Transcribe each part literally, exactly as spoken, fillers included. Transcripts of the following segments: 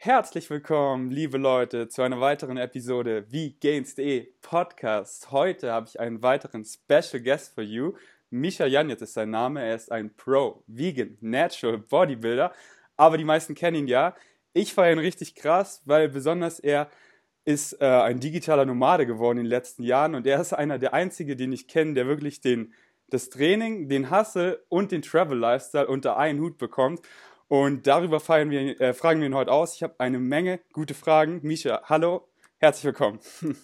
Herzlich willkommen, liebe Leute, zu einer weiteren Episode Wie Gains.de Podcast. Heute habe ich einen weiteren Special Guest for you. Mischa Janjet ist sein Name. Er ist ein Pro, Vegan, Natural Bodybuilder. Aber die meisten kennen ihn ja. Ich feiere ihn richtig krass, weil besonders er ist äh, ein digitaler Nomade geworden in den letzten Jahren. Und er ist einer der einzigen, den ich kenne, der wirklich den, das Training, den Hustle und den Travel-Lifestyle unter einen Hut bekommt. Und darüber feiern wir, äh, fragen wir ihn heute aus. Ich habe eine Menge gute Fragen. Mischa, hallo, herzlich willkommen.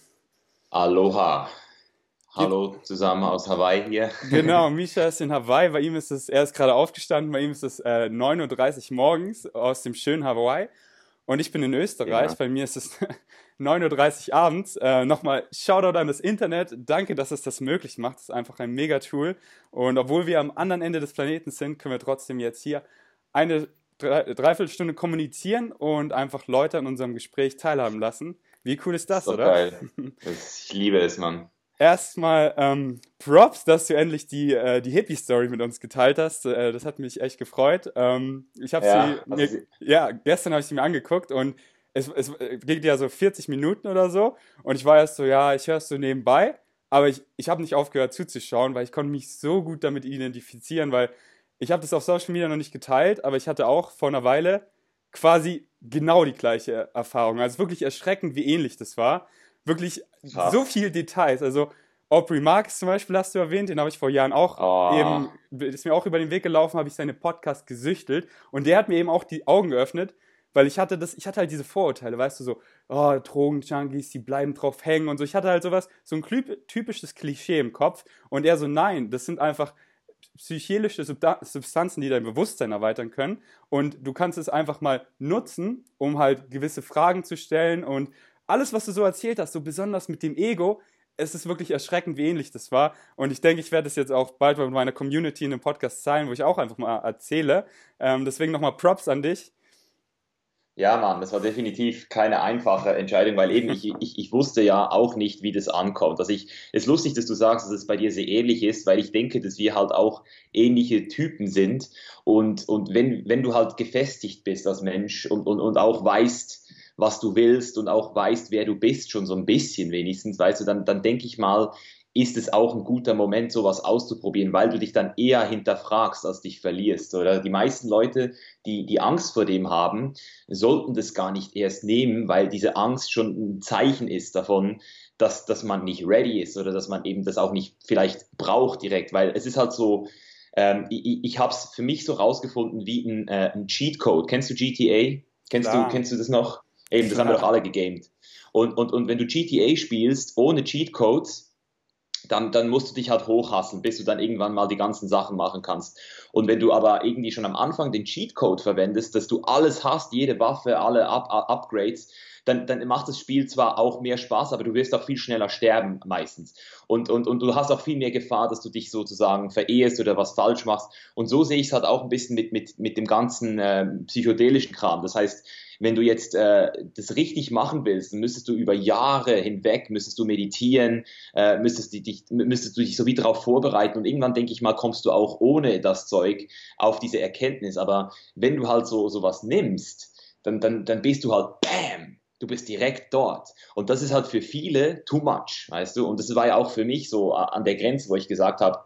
Aloha. Geht, Hallo zusammen aus Hawaii hier. genau, Mischa ist in Hawaii. Bei ihm ist es, er ist gerade aufgestanden, bei ihm ist es äh, neun Uhr dreißig morgens aus dem schönen Hawaii. Und ich bin in Österreich, Ja, bei mir ist es neun Uhr dreißig abends. Äh, nochmal Shoutout an das Internet. Danke, dass es das möglich macht. Das ist einfach ein Mega-Tool. Und obwohl wir am anderen Ende des Planeten sind, können wir trotzdem jetzt hier eine Dre- Dreiviertelstunde kommunizieren und einfach Leute an unserem Gespräch teilhaben lassen. Wie cool ist ist das, doch oder? geil. Das, ich liebe es, Mann. Erstmal ähm, Props, dass du endlich die, äh, die Hippie-Story mit uns geteilt hast. Äh, das hat mich echt gefreut. Ähm, ich habe sie Ja, also mir, sie- ja, gestern habe ich sie mir angeguckt und es, es geht ja so vierzig Minuten oder so. Und ich war erst so, ja, ich höre es so nebenbei, aber ich, ich habe nicht aufgehört zuzuschauen, weil ich konnte mich so gut damit identifizieren, weil ich habe das auf Social Media noch nicht geteilt, aber ich hatte auch vor einer Weile quasi genau die gleiche Erfahrung. Also wirklich erschreckend, wie ähnlich das war. Wirklich so krass. viel Details. Also Aubrey Marcus zum Beispiel hast du erwähnt, den habe ich vor Jahren auch eben, Oh, ist mir auch über den Weg gelaufen, habe ich seine Podcast gesüchtelt und der hat mir eben auch die Augen geöffnet, weil ich hatte das, ich hatte halt diese Vorurteile, weißt du, so, oh, Drogenjunkies, die bleiben drauf hängen und so. Ich hatte halt sowas, so ein klü- typisches Klischee im Kopf und er so, nein, das sind einfach psychedelische Subda- Substanzen, die dein Bewusstsein erweitern können und du kannst es einfach mal nutzen, um halt gewisse Fragen zu stellen und alles, was du so erzählt hast, so besonders mit dem Ego, es ist wirklich erschreckend, wie ähnlich das war. Und ich denke, ich werde es jetzt auch bald bei meiner Community in einem Podcast zeigen, wo ich auch einfach mal erzähle. Ähm, deswegen nochmal Props an dich. ja, Mann, das war definitiv keine einfache Entscheidung, weil eben ich, ich, ich wusste ja auch nicht, wie das ankommt. Also ich, es ist lustig, dass du sagst, dass es bei dir sehr ähnlich ist, weil ich denke, dass wir halt auch ähnliche Typen sind. Und, und wenn, wenn du halt gefestigt bist als Mensch und, und, und auch weißt, was du willst und auch weißt, wer du bist, schon so ein bisschen wenigstens, weißt du, dann, dann denke ich mal, ist es auch ein guter Moment, sowas auszuprobieren, weil du dich dann eher hinterfragst, als dich verlierst. Oder die meisten Leute, die, die Angst vor dem haben, sollten das gar nicht erst nehmen, weil diese Angst schon ein Zeichen ist davon, dass, dass man nicht ready ist oder dass man eben das auch nicht vielleicht braucht direkt, weil es ist halt so, ähm, ich, ich habe es für mich so rausgefunden wie ein, äh, ein Cheatcode. Kennst du G T A? Kennst du, Klar, kennst du das noch? Eben, das haben wir doch klar. alle gegamed. Und, und, und wenn du G T A spielst ohne Cheatcodes, dann, dann musst du dich halt hochhasseln, bis du dann irgendwann mal die ganzen Sachen machen kannst. Und wenn du aber irgendwie schon am Anfang den Cheatcode verwendest, dass du alles hast, jede Waffe, alle Up Up Upgrades, dann, dann macht das Spiel zwar auch mehr Spaß, aber du wirst auch viel schneller sterben meistens. Und, und, und du hast auch viel mehr Gefahr, dass du dich sozusagen verehrst oder was falsch machst. Und so sehe ich es halt auch ein bisschen mit, mit, mit dem ganzen äh, psychedelischen Kram. Das heißt, wenn du jetzt äh, das richtig machen willst, dann müsstest du über Jahre hinweg, müsstest du meditieren, äh, müsstest, du dich, müsstest du dich so wie darauf vorbereiten und irgendwann, denke ich mal, kommst du auch ohne das Zeug auf diese Erkenntnis. Aber wenn du halt so sowas nimmst, dann, dann, dann bist du halt BAM! Du bist direkt dort. Und das ist halt für viele too much, weißt du? Und das war ja auch für mich so an der Grenze, wo ich gesagt habe,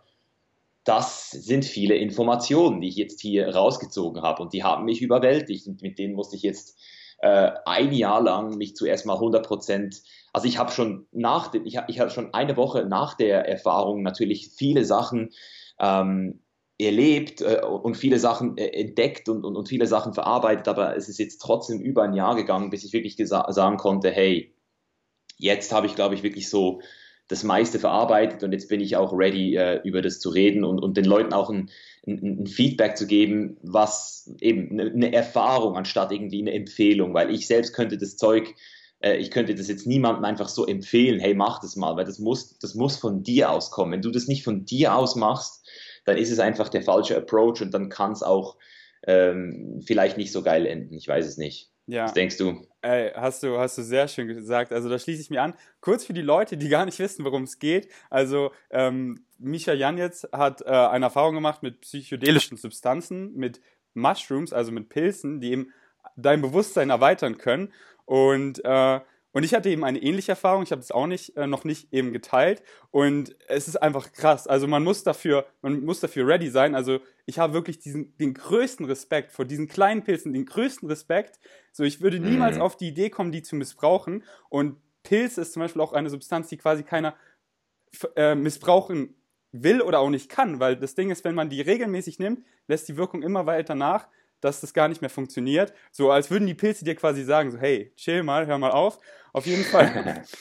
das sind viele Informationen, die ich jetzt hier rausgezogen habe und die haben mich überwältigt und mit denen musste ich jetzt äh, ein Jahr lang mich zuerst mal hundert Prozent, also ich habe schon nach dem, ich habe ich hab schon eine Woche nach der Erfahrung natürlich viele Sachen ähm, erlebt äh, und viele Sachen äh, entdeckt und, und, und viele Sachen verarbeitet, aber es ist jetzt trotzdem über ein Jahr gegangen, bis ich wirklich sagen konnte, hey, jetzt habe ich, glaube ich, wirklich so das meiste verarbeitet und jetzt bin ich auch ready, äh, über das zu reden und, und den Leuten auch ein, ein, ein Feedback zu geben, was eben eine, eine Erfahrung anstatt irgendwie eine Empfehlung, weil ich selbst könnte das Zeug, äh, ich könnte das jetzt niemandem einfach so empfehlen, hey, mach das mal, weil das muss, das muss von dir auskommen. Wenn du das nicht von dir aus machst, dann ist es einfach der falsche Approach und dann kann es auch ähm, vielleicht nicht so geil enden. Ich weiß es nicht. Was Ja, denkst du? ey, hast du, hast du sehr schön gesagt. Also da schließe ich mir an. Kurz für die Leute, die gar nicht wissen, worum es geht. Also ähm, Mischa Janetz hat äh, eine Erfahrung gemacht mit psychedelischen Substanzen, mit Mushrooms, also mit Pilzen, die eben dein Bewusstsein erweitern können. Und, äh, und ich hatte eben eine ähnliche Erfahrung, ich habe es auch nicht, äh, noch nicht eben geteilt und es ist einfach krass, also man muss dafür, man muss dafür ready sein, also ich habe wirklich diesen, den größten Respekt vor diesen kleinen Pilzen, den größten Respekt, so ich würde niemals Mhm. auf die Idee kommen, die zu missbrauchen und Pilz ist zum Beispiel auch eine Substanz, die quasi keiner f- äh, missbrauchen will oder auch nicht kann, weil das Ding ist, wenn man die regelmäßig nimmt, lässt die Wirkung immer weiter nach, dass das gar nicht mehr funktioniert. So als würden die Pilze dir quasi sagen, so hey, chill mal, hör mal auf. Auf jeden Fall,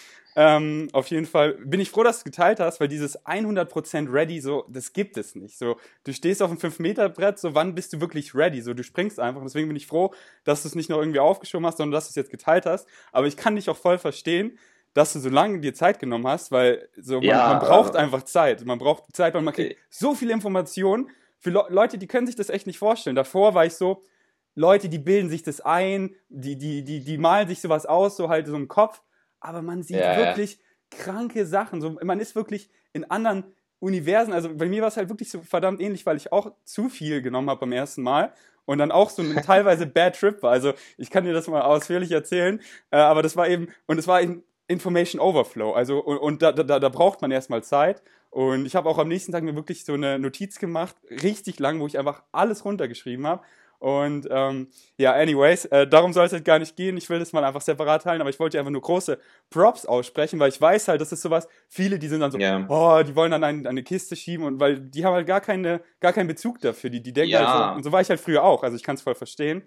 ähm, auf jeden Fall bin ich froh, dass du es geteilt hast, weil dieses hundert Prozent ready, so, das gibt es nicht. So, du stehst auf einem fünf Meter Brett, so, wann bist du wirklich ready? So, du springst einfach. Und deswegen bin ich froh, dass du es nicht noch irgendwie aufgeschoben hast, sondern dass du es jetzt geteilt hast. Aber ich kann dich auch voll verstehen, dass du so lange dir Zeit genommen hast, weil so man, man braucht Ja, einfach Zeit. Man braucht Zeit, weil man kriegt äh, so viel Information. Für Le Leute, die können sich das echt nicht vorstellen. Davor war ich so, Leute, die bilden sich das ein, die, die, die, die malen sich sowas aus, so halt so im Kopf, aber man sieht ja, ja. wirklich kranke Sachen. So, man ist wirklich in anderen Universen. Also bei mir war es halt wirklich so verdammt ähnlich, weil ich auch zu viel genommen habe beim ersten Mal und dann auch so ein teilweise Bad Trip war. Also ich kann dir das mal ausführlich erzählen, äh, aber das war eben, und es war eben Information Overflow. Also, und, und da, da, da braucht man erstmal Zeit. Und ich habe auch am nächsten Tag mir wirklich so eine Notiz gemacht, richtig lang, wo ich einfach alles runtergeschrieben habe. Und ähm, ja, anyways, äh, darum soll es halt gar nicht gehen. Ich will das mal einfach separat teilen, aber ich wollte dir einfach nur große Props aussprechen, weil ich weiß halt, das ist sowas, viele, die sind dann so, Ja, oh, die wollen dann ein, eine Kiste schieben und weil die haben halt gar keine, gar keinen Bezug dafür. Die, die denken halt so, und ja. so war ich halt früher auch, also ich kann es voll verstehen.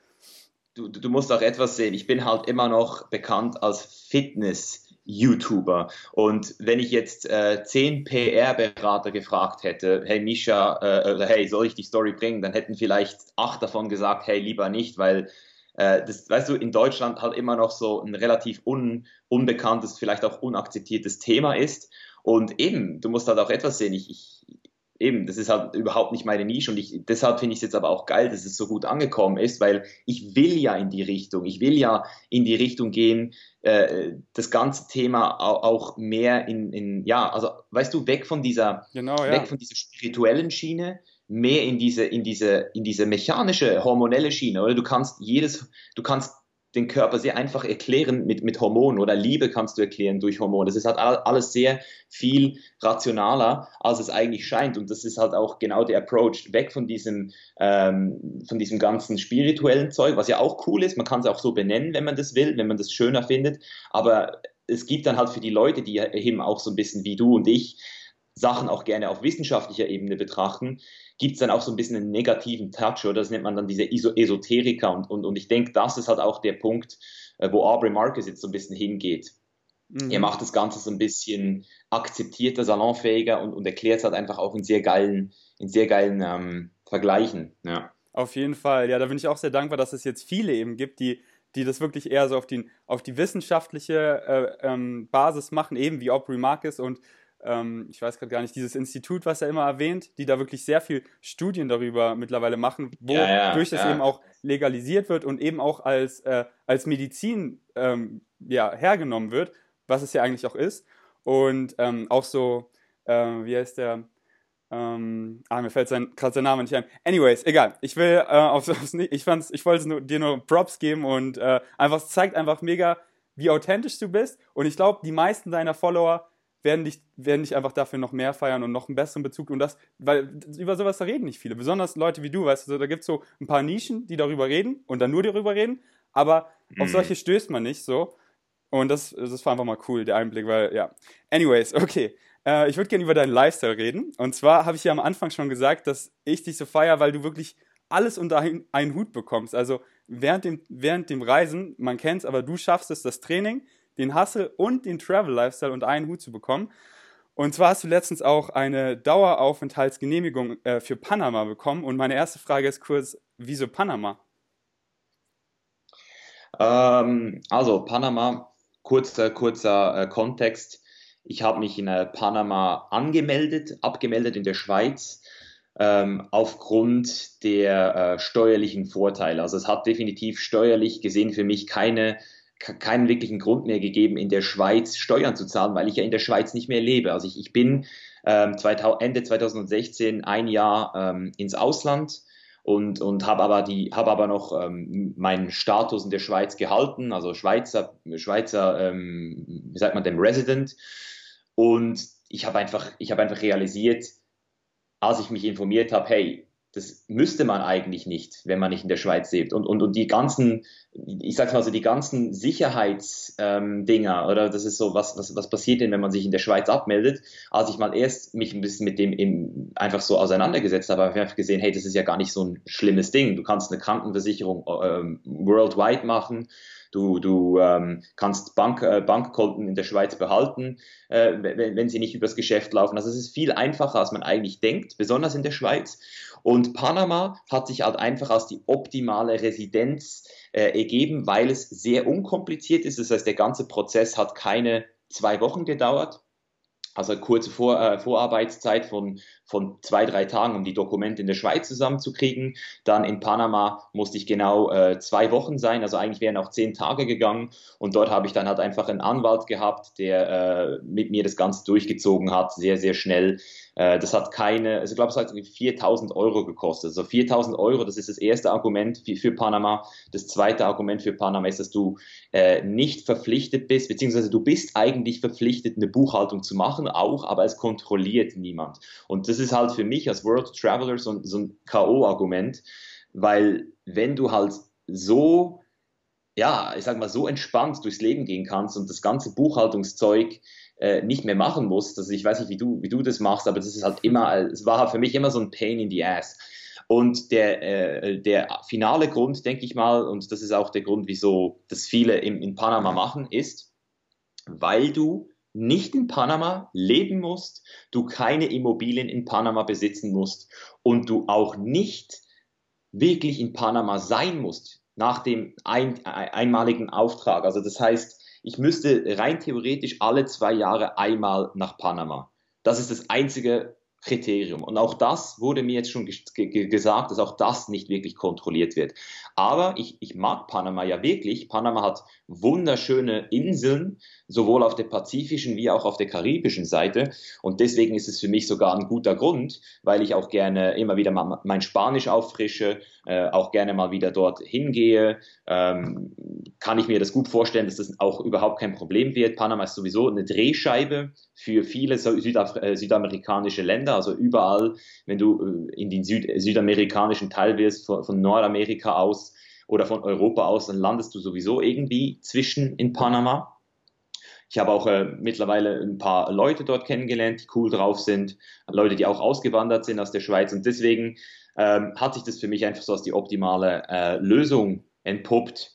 Du, du musst auch etwas sehen. Ich bin halt immer noch bekannt als Fitness-YouTuber. Und wenn ich jetzt äh, zehn P R-Berater gefragt hätte, hey Misha, äh, oder hey, soll ich die Story bringen, dann hätten vielleicht acht davon gesagt, hey, lieber nicht, weil äh, das, weißt du, in Deutschland halt immer noch so ein relativ un, unbekanntes, vielleicht auch unakzeptiertes Thema ist. Und eben, du musst halt auch etwas sehen. Ich, ich, eben, das ist halt überhaupt nicht meine Nische und ich, deshalb finde ich es jetzt aber auch geil, dass es so gut angekommen ist, weil ich will ja in die Richtung, ich will ja in die Richtung gehen, äh, das ganze Thema auch, auch mehr in, in, ja, also weißt du, weg von dieser, Genau, weg ja. von dieser spirituellen Schiene, mehr in diese, in diese, in diese mechanische, hormonelle Schiene, oder? Du kannst jedes, du kannst den Körper sehr einfach erklären mit, mit Hormonen oder Liebe kannst du erklären durch Hormone. Das ist halt alles sehr viel rationaler, als es eigentlich scheint. Und das ist halt auch genau der Approach, weg von diesem, ähm, von diesem ganzen spirituellen Zeug, was ja auch cool ist. Man kann es auch so benennen, wenn man das will, wenn man das schöner findet. Aber es gibt dann halt für die Leute, die eben auch so ein bisschen wie du und ich Sachen auch gerne auf wissenschaftlicher Ebene betrachten, gibt es dann auch so ein bisschen einen negativen Touch, oder das nennt man dann diese Iso Esoteriker und, und, und ich denke, das ist halt auch der Punkt, äh, wo Aubrey Marcus jetzt so ein bisschen hingeht. Er Mhm. macht das Ganze so ein bisschen akzeptierter, salonfähiger und, und erklärt es halt einfach auch in sehr geilen, in sehr geilen ähm, Vergleichen. Ja. Auf jeden Fall. Ja, da bin ich auch sehr dankbar, dass es jetzt viele eben gibt, die, die das wirklich eher so auf die, auf die wissenschaftliche äh, ähm, Basis machen, eben wie Aubrey Marcus und ähm, ich weiß gerade gar nicht, dieses Institut, was er immer erwähnt, die da wirklich sehr viel Studien darüber mittlerweile machen, Ja, ja, wodurch das eben ja. auch legalisiert wird und eben auch als, äh, als Medizin ähm, ja, hergenommen wird, was es ja eigentlich auch ist. Und ähm, auch so, äh, wie heißt der? Ähm, ah, mir fällt sein, gerade sein Name nicht ein. Anyways, egal. Ich will äh, aufs, aufs, ich fand's, ich wollte nur, dir nur Props geben und äh, einfach, es zeigt einfach mega, wie authentisch du bist. Und ich glaube, die meisten deiner Follower werden dich, werden dich einfach dafür noch mehr feiern und noch einen besseren Bezug. Und das, weil über sowas da reden nicht viele. Besonders Leute wie du, weißt du, so, da gibt es so ein paar Nischen, die darüber reden und dann nur darüber reden. Aber auf solche Mhm. stößt man nicht so. Und das, das war einfach mal cool, der Einblick, weil, ja. Anyways, okay. Äh, ich würde gerne über deinen Lifestyle reden. Und zwar habe ich ja am Anfang schon gesagt, dass ich dich so feiere, weil du wirklich alles unter ein, einen Hut bekommst. Also während dem, während dem Reisen, man kennt es, aber du schaffst es, das Training, den Hustle und den Travel-Lifestyle unter einen Hut zu bekommen. Und zwar hast du letztens auch eine Daueraufenthaltsgenehmigung äh, für Panama bekommen. Und meine erste Frage ist kurz, wieso Panama? Ähm, also Panama, kurzer, kurzer äh, Kontext. Ich habe mich in äh, Panama angemeldet, abgemeldet in der Schweiz, ähm, aufgrund der äh, steuerlichen Vorteile. Also es hat definitiv steuerlich gesehen für mich keine, ke- keinen wirklichen Grund mehr gegeben, in der Schweiz Steuern zu zahlen, weil ich ja in der Schweiz nicht mehr lebe. Also ich, ich bin ähm, zweitausend, Ende zwanzig sechzehn ein Jahr ähm, ins Ausland und, und habe aber, die, hab aber noch ähm, meinen Status in der Schweiz gehalten, also Schweizer, Schweizer ähm, wie sagt man dem, Resident. Und ich habe einfach, ich habe einfach realisiert, als ich mich informiert habe, hey, das müsste man eigentlich nicht, wenn man nicht in der Schweiz lebt. Und, und, und die ganzen, ich sag mal so, die ganzen Sicherheitsdinger, ähm, oder das ist so, was, was, was passiert denn, wenn man sich in der Schweiz abmeldet? Als ich mal erst mich ein bisschen mit dem im, einfach so auseinandergesetzt habe, habe ich einfach gesehen, hey, das ist ja gar nicht so ein schlimmes Ding. Du kannst eine Krankenversicherung ähm, worldwide machen. Du, du ähm, kannst Bank, äh, Bankkonten in der Schweiz behalten, äh, wenn, wenn sie nicht übers Geschäft laufen. Also es ist viel einfacher, als man eigentlich denkt, besonders in der Schweiz. Und Panama hat sich halt einfach als die optimale Residenz äh, ergeben, weil es sehr unkompliziert ist. Das heißt, der ganze Prozess hat keine zwei Wochen gedauert. Also kurze Vor, äh, Vorarbeitszeit von, von zwei, drei Tagen, um die Dokumente in der Schweiz zusammenzukriegen. Dann in Panama musste ich genau äh, zwei Wochen sein, also eigentlich wären auch zehn Tage gegangen. Und dort habe ich dann halt einfach einen Anwalt gehabt, der äh, mit mir das Ganze durchgezogen hat, sehr, sehr schnell. Äh, das hat keine, also ich glaube, es hat viertausend Euro gekostet. Also viertausend Euro, das ist das erste Argument für, für Panama. Das zweite Argument für Panama ist, dass du äh, nicht verpflichtet bist, beziehungsweise du bist eigentlich verpflichtet, eine Buchhaltung zu machen, auch, aber es kontrolliert niemand. Und das ist halt für mich als World Traveler so, so ein K O-Argument, weil wenn du halt so, ja, ich sag mal, so entspannt durchs Leben gehen kannst und das ganze Buchhaltungszeug äh, nicht mehr machen musst, also ich weiß nicht, wie du, wie du das machst, aber das ist halt immer, es war halt für mich immer so ein Pain in the ass. Und der, äh, der finale Grund, denke ich mal, und das ist auch der Grund, wieso das viele in, in Panama machen, ist, weil du nicht in Panama leben musst, du keine Immobilien in Panama besitzen musst und du auch nicht wirklich in Panama sein musst nach dem ein, einmaligen Auftrag. Also das heißt, ich müsste rein theoretisch alle zwei Jahre einmal nach Panama. Das ist das einzige Kriterium. Und auch das wurde mir jetzt schon gesagt, dass auch das nicht wirklich kontrolliert wird. Aber ich, ich mag Panama ja wirklich. Panama hat wunderschöne Inseln, sowohl auf der pazifischen wie auch auf der karibischen Seite. Und deswegen ist es für mich sogar ein guter Grund, weil ich auch gerne immer wieder mal mein Spanisch auffrische, äh, auch gerne mal wieder dort hingehe. Ähm, kann ich mir das gut vorstellen, dass das auch überhaupt kein Problem wird. Panama ist sowieso eine Drehscheibe für viele Südaf äh, südamerikanische Länder. Also überall, wenn du äh, in den Süd südamerikanischen Teil wirst, von, von Nordamerika aus oder von Europa aus, dann landest du sowieso irgendwie zwischen in Panama. Ich habe auch äh, mittlerweile ein paar Leute dort kennengelernt, die cool drauf sind, Leute, die auch ausgewandert sind aus der Schweiz. Und deswegen ähm, hat sich das für mich einfach so als die optimale äh, Lösung entpuppt.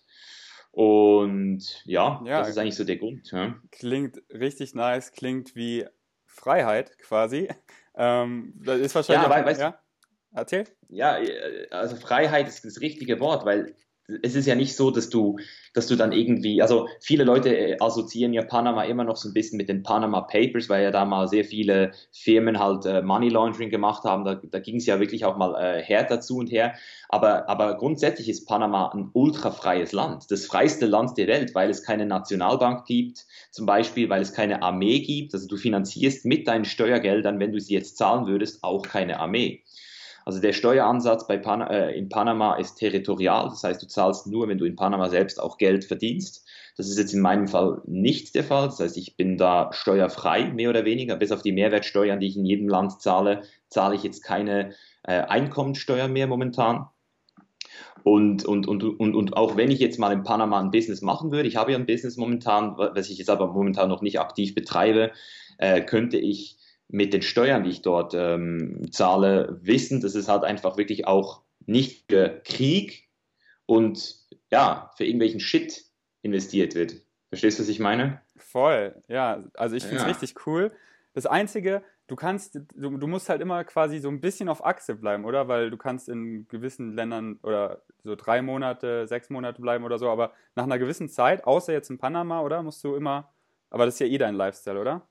Und ja, Ja, das ist eigentlich so der Grund. Ja. klingt richtig nice, klingt wie Freiheit quasi. Ähm, das ist wahrscheinlich Ja, auch, weil, weißt, ja, erzähl. ja, also Freiheit ist das richtige Wort, weil es ist ja nicht so, dass du, dass du dann irgendwie, also viele Leute assoziieren ja Panama immer noch so ein bisschen mit den Panama Papers, weil ja da mal sehr viele Firmen halt äh, Money Laundering gemacht haben. Da, da ging es ja wirklich auch mal äh, härter zu und her. Aber, aber grundsätzlich ist Panama ein ultrafreies Land, das freiste Land der Welt, weil es keine Nationalbank gibt, zum Beispiel, weil es keine Armee gibt. Also du finanzierst mit deinen Steuergeldern, wenn du sie jetzt zahlen würdest, auch keine Armee. Also der Steueransatz bei Pan äh, in Panama ist territorial, das heißt, du zahlst nur, wenn du in Panama selbst auch Geld verdienst. Das ist jetzt in meinem Fall nicht der Fall. Das heißt, ich bin da steuerfrei, mehr oder weniger. Bis auf die Mehrwertsteuern, die ich in jedem Land zahle, zahle ich jetzt keine äh, Einkommensteuer mehr momentan. Und, und, und, und, und auch wenn ich jetzt mal in Panama ein Business machen würde, ich habe ja ein Business momentan, was ich jetzt aber momentan noch nicht aktiv betreibe, äh, könnte ich mit den Steuern, die ich dort ähm, zahle, wissen, dass es halt einfach wirklich auch nicht für Krieg und ja, für irgendwelchen Shit investiert wird. Verstehst du, was ich meine? Voll, ja. Also ich finde es Ja. richtig cool. Das Einzige, du kannst, du, du musst halt immer quasi so ein bisschen auf Achse bleiben, oder? Weil du kannst in gewissen Ländern oder so drei Monate, sechs Monate bleiben oder so, aber nach einer gewissen Zeit, außer jetzt in Panama, oder? Musst du immer, aber das ist ja eh dein Lifestyle, oder?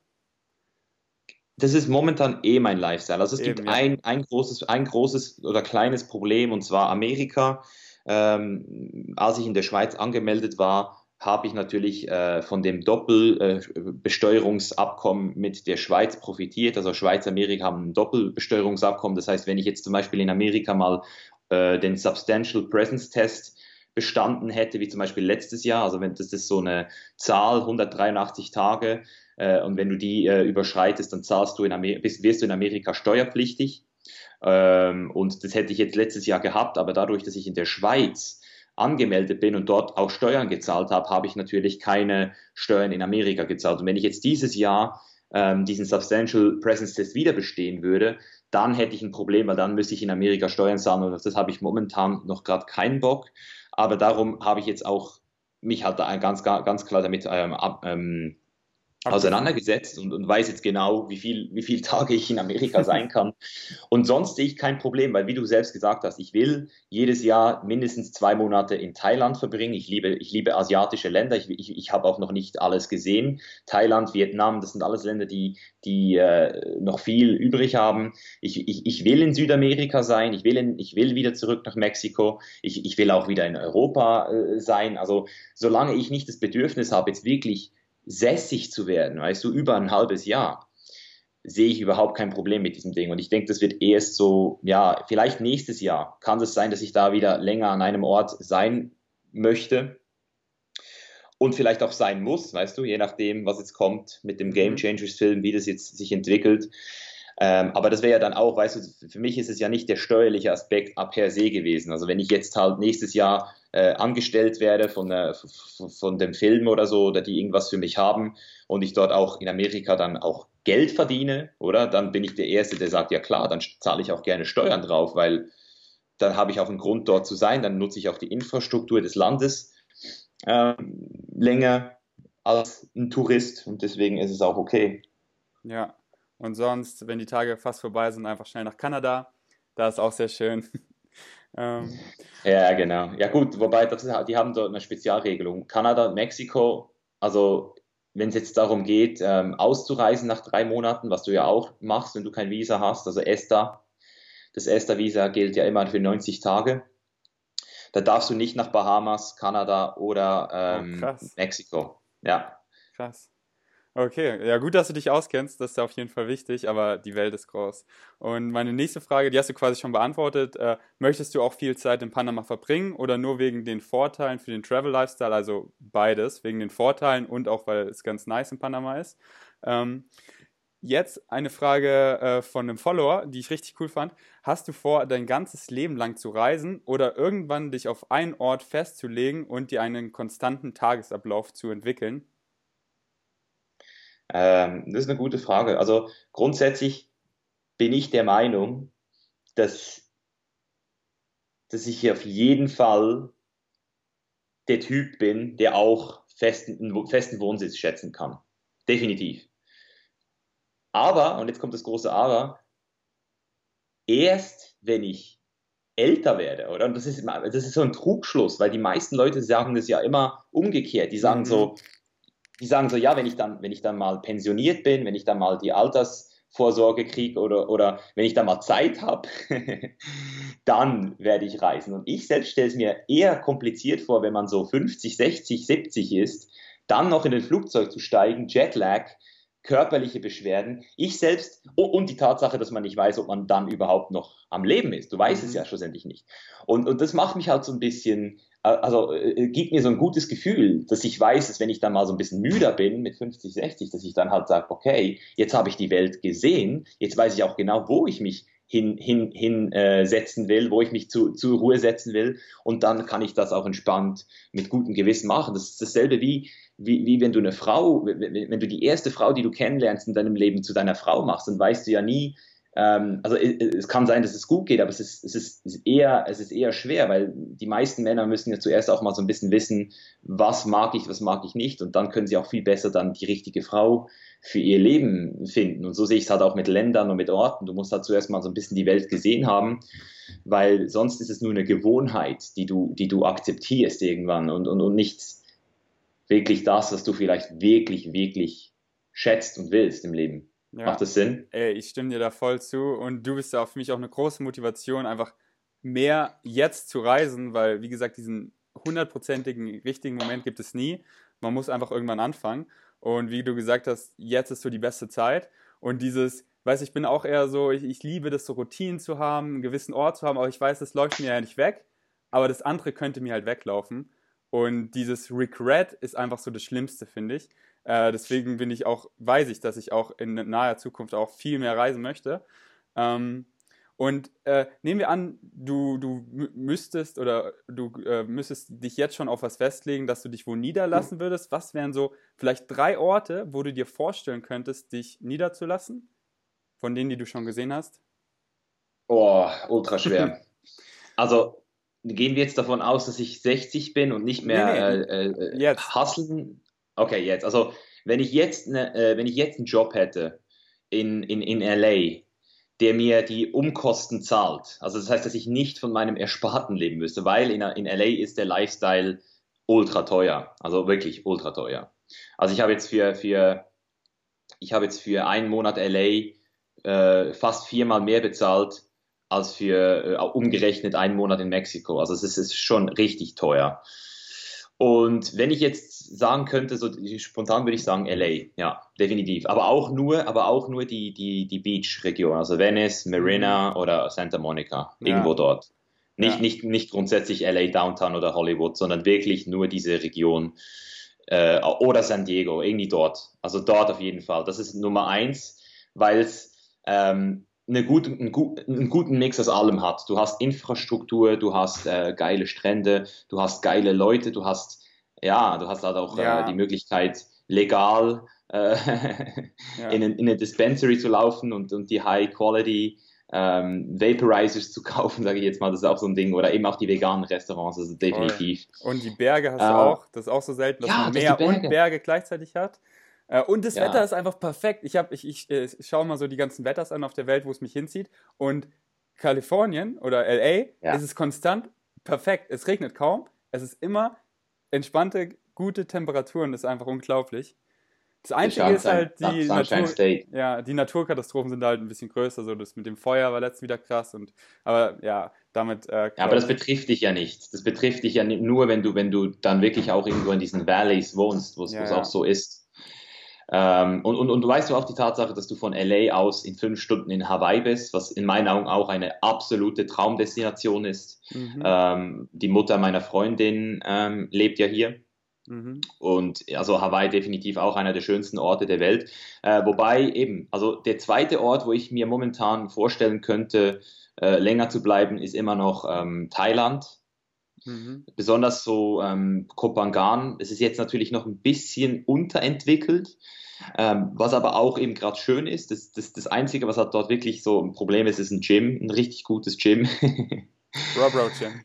Das ist momentan eh mein Lifestyle. Also es Eben, gibt ja. ein, ein großes, ein großes oder kleines Problem, und zwar Amerika. Ähm, als ich in der Schweiz angemeldet war, habe ich natürlich äh, von dem Doppelbesteuerungsabkommen äh, mit der Schweiz profitiert. Also Schweiz und Amerika haben ein Doppelbesteuerungsabkommen. Das heißt, wenn ich jetzt zum Beispiel in Amerika mal äh, den Substantial Presence Test bestanden hätte, wie zum Beispiel letztes Jahr. Also wenn das ist so eine Zahl, hundertdreiundachtzig Tage, äh, und wenn du die äh, überschreitest, dann zahlst du in Amer- bist, wirst du in Amerika steuerpflichtig. Ähm, und das hätte ich jetzt letztes Jahr gehabt, aber dadurch, dass ich in der Schweiz angemeldet bin und dort auch Steuern gezahlt habe, habe ich natürlich keine Steuern in Amerika gezahlt. Und wenn ich jetzt dieses Jahr ähm, diesen Substantial Presence Test wieder bestehen würde, dann hätte ich ein Problem, weil dann müsste ich in Amerika Steuern zahlen und auf das habe ich momentan noch gerade keinen Bock. Aber darum habe ich jetzt auch mich halt da ganz, ganz klar damit ähm, ab, ähm, auseinandergesetzt und, und weiß jetzt genau, wie viel, wie viele Tage ich in Amerika sein kann. Und sonst sehe ich kein Problem, weil wie du selbst gesagt hast, ich will jedes Jahr mindestens zwei Monate in Thailand verbringen. Ich liebe, ich liebe asiatische Länder. Ich, ich, ich habe auch noch nicht alles gesehen. Thailand, Vietnam, das sind alles Länder, die, die äh, noch viel übrig haben. Ich, ich, ich will in Südamerika sein. Ich will, in, ich will wieder zurück nach Mexiko. Ich, ich will auch wieder in Europa äh, sein. Also solange ich nicht das Bedürfnis habe, jetzt wirklich sässig zu werden, weißt du, über ein halbes Jahr, sehe ich überhaupt kein Problem mit diesem Ding. Und ich denke, das wird erst so, ja, vielleicht nächstes Jahr kann es sein, dass ich da wieder länger an einem Ort sein möchte und vielleicht auch sein muss, weißt du, je nachdem, was jetzt kommt mit dem Game Changers Film, wie das jetzt sich entwickelt. Ähm, aber das wäre ja dann auch, weißt du, für mich ist es ja nicht der steuerliche Aspekt per se gewesen. Also wenn ich jetzt halt nächstes Jahr äh, angestellt werde von, äh, von dem Film oder so, oder die irgendwas für mich haben und ich dort auch in Amerika dann auch Geld verdiene, oder? Dann bin ich der Erste, der sagt, ja klar, dann zahle ich auch gerne Steuern drauf, weil dann habe ich auch einen Grund dort zu sein, dann nutze ich auch die Infrastruktur des Landes ähm, länger als ein Tourist und deswegen ist es auch okay. Ja, und sonst, wenn die Tage fast vorbei sind, einfach schnell nach Kanada. Da ist auch sehr schön. ähm, Ja, genau. Ja gut, wobei das ist, die haben dort eine Spezialregelung. Kanada und Mexiko, also wenn es jetzt darum geht, ähm, auszureisen nach drei Monaten, was du ja auch machst, wenn du kein Visa hast, also ESTA, das ESTA-Visa gilt ja immer für neunzig Tage. Da darfst du nicht nach Bahamas, Kanada oder oh, ähm, krass, Mexiko. Ja. krass. Okay, ja gut, dass du dich auskennst, das ist ja auf jeden Fall wichtig, aber die Welt ist groß. Und meine nächste Frage, die hast du quasi schon beantwortet. Äh, möchtest du auch viel Zeit in Panama verbringen oder nur wegen den Vorteilen für den Travel-Lifestyle, also beides, wegen den Vorteilen und auch, weil es ganz nice in Panama ist? Ähm, jetzt eine Frage äh, von einem Follower, die ich richtig cool fand. Hast du vor, dein ganzes Leben lang zu reisen oder irgendwann dich auf einen Ort festzulegen und dir einen konstanten Tagesablauf zu entwickeln? Ähm, das ist eine gute Frage. Also grundsätzlich bin ich der Meinung, dass, dass ich hier auf jeden Fall der Typ bin, der auch festen, einen festen Wohnsitz schätzen kann. Definitiv. Aber, und jetzt kommt das große Aber, erst wenn ich älter werde, oder? Und das ist, immer, das ist so ein Trugschluss, weil die meisten Leute sagen das ja immer umgekehrt. Die sagen Mhm. so, die sagen so, ja, wenn ich dann, wenn ich dann mal pensioniert bin, wenn ich dann mal die Altersvorsorge kriege oder, oder wenn ich dann mal Zeit habe, dann werde ich reisen. Und ich selbst stelle es mir eher kompliziert vor, wenn man so fünfzig, sechzig, siebzig ist, dann noch in ein Flugzeug zu steigen, Jetlag, körperliche Beschwerden. Ich selbst, oh, und die Tatsache, dass man nicht weiß, ob man dann überhaupt noch am Leben ist. Du weißt es Mhm. ja schlussendlich nicht. Und, und das macht mich halt so ein bisschen, also äh, gibt mir so ein gutes Gefühl, dass ich weiß, dass wenn ich dann mal so ein bisschen müder bin mit fünfzig, sechzig, dass ich dann halt sage, okay, jetzt habe ich die Welt gesehen, jetzt weiß ich auch genau, wo ich mich hin, hin, hin äh, setzen will, wo ich mich zu, zur Ruhe setzen will und dann kann ich das auch entspannt mit gutem Gewissen machen. Das ist dasselbe wie, wie, wie wenn du eine Frau, wenn, wenn du die erste Frau, die du kennenlernst in deinem Leben zu deiner Frau machst, dann weißt du ja nie, ähm, also es kann sein, dass es gut geht, aber es ist, es ist eher, es ist eher schwer, weil die meisten Männer müssen ja zuerst auch mal so ein bisschen wissen, was mag ich, was mag ich nicht, und dann können sie auch viel besser dann die richtige Frau für ihr Leben finden. Und so sehe ich es halt auch mit Ländern und mit Orten. Du musst halt zuerst mal so ein bisschen die Welt gesehen haben, weil sonst ist es nur eine Gewohnheit, die du, die du akzeptierst irgendwann und, und, und nicht wirklich das, was du vielleicht wirklich, wirklich schätzt und willst im Leben. Macht Ja, das Sinn? ey, ich stimme dir da voll zu und du bist ja auch für mich auch eine große Motivation, einfach mehr jetzt zu reisen, weil, wie gesagt, diesen hundertprozentigen richtigen Moment gibt es nie. Man muss einfach irgendwann anfangen. Und wie du gesagt hast, jetzt ist so die beste Zeit. Und dieses weiß, ich bin auch eher so, ich, ich liebe das so Routinen zu haben, einen gewissen Ort zu haben, aber ich weiß, das läuft mir ja nicht weg, aber das andere könnte mir halt weglaufen. Und dieses Regret ist einfach so das Schlimmste, finde ich. Äh, deswegen bin ich auch, weiß ich, dass ich auch in naher Zukunft auch viel mehr reisen möchte. Ähm, und äh, nehmen wir an, du, du mü- müsstest oder du äh, müsstest dich jetzt schon auf was festlegen, dass du dich wo niederlassen würdest. Was wären so vielleicht drei Orte, wo du dir vorstellen könntest, dich niederzulassen? Von denen, die du schon gesehen hast? Oh, ultra schwer. Also gehen wir jetzt davon aus, dass ich sechzig bin und nicht Nee, mehr nee, äh, äh, jetzt. hustlen. Okay, jetzt. Also wenn ich jetzt, ne, äh, wenn ich jetzt einen Job hätte in, in, in L A, der mir die Umkosten zahlt, also das heißt, dass ich nicht von meinem Ersparten leben müsste, weil in, in L A ist der Lifestyle ultra teuer, also wirklich ultra teuer. Also ich habe jetzt für, für, ich habe jetzt für einen Monat L A äh, fast viermal mehr bezahlt als für äh, umgerechnet einen Monat in Mexiko. Also es ist, es ist schon richtig teuer. Und wenn ich jetzt sagen könnte, so spontan würde ich sagen L A, ja, definitiv. Aber auch nur, aber auch nur die, die, die Beach-Region, also Venice, Mhm. Marina oder Santa Monica, irgendwo Ja, dort. Nicht, ja. nicht, nicht grundsätzlich L A Downtown oder Hollywood, sondern wirklich nur diese Region äh, oder San Diego, irgendwie dort. Also dort auf jeden Fall. Das ist Nummer eins, weil es ähm, eine gute, einen, einen guten Mix aus allem hat. Du hast Infrastruktur, du hast äh, geile Strände, du hast geile Leute, du hast, ja, du hast halt auch äh, die Ja, Möglichkeit, legal äh, in, ja. ein, in eine Dispensary zu laufen und, und die High Quality ähm, Vaporizers zu kaufen, sage ich jetzt mal, das ist auch so ein Ding. Oder eben auch die veganen Restaurants, also Voll. definitiv. Und die Berge hast du Äh, auch. Das ist auch so selten, dass ja, man das die Meer und Berge. Berge gleichzeitig hat. Äh, und das Wetter Ja, ist einfach perfekt. Ich habe, ich, ich äh, schaue mal so die ganzen Wetters an auf der Welt, wo es mich hinzieht. Und Kalifornien oder L A ist ja. es konstant perfekt. Es regnet kaum. Es ist immer entspannte, gute Temperaturen. Das ist einfach unglaublich. Das Der Einzige ist Sunshine, halt die Sunshine Natur, State. ja, die Naturkatastrophen sind halt ein bisschen größer. So das mit dem Feuer war letztens wieder krass und aber ja, damit äh, Ja, aber glaube das ich. betrifft dich ja nicht. Das betrifft dich ja ni- nur, wenn du, wenn du dann wirklich auch irgendwo in diesen Valleys wohnst, wo es wo Ja, es auch ja. so ist. Ähm, und, und, und du weißt du auch die Tatsache, dass du von L A aus in fünf Stunden in Hawaii bist, was in meinen Augen auch eine absolute Traumdestination ist. Mhm. Ähm, die Mutter meiner Freundin ähm, lebt ja hier. Mhm. Und also Hawaii definitiv auch einer der schönsten Orte der Welt. Äh, wobei eben, also der zweite Ort, wo ich mir momentan vorstellen könnte, äh, länger zu bleiben, ist immer noch ähm, Thailand. Mhm. Besonders so ähm, Koh Phangan. Es ist jetzt natürlich noch ein bisschen unterentwickelt, ähm, was aber auch eben gerade schön ist. Das, das, das Einzige, was halt dort wirklich so ein Problem ist, ist ein Gym, ein richtig gutes Gym. Bro, Bro, Jim.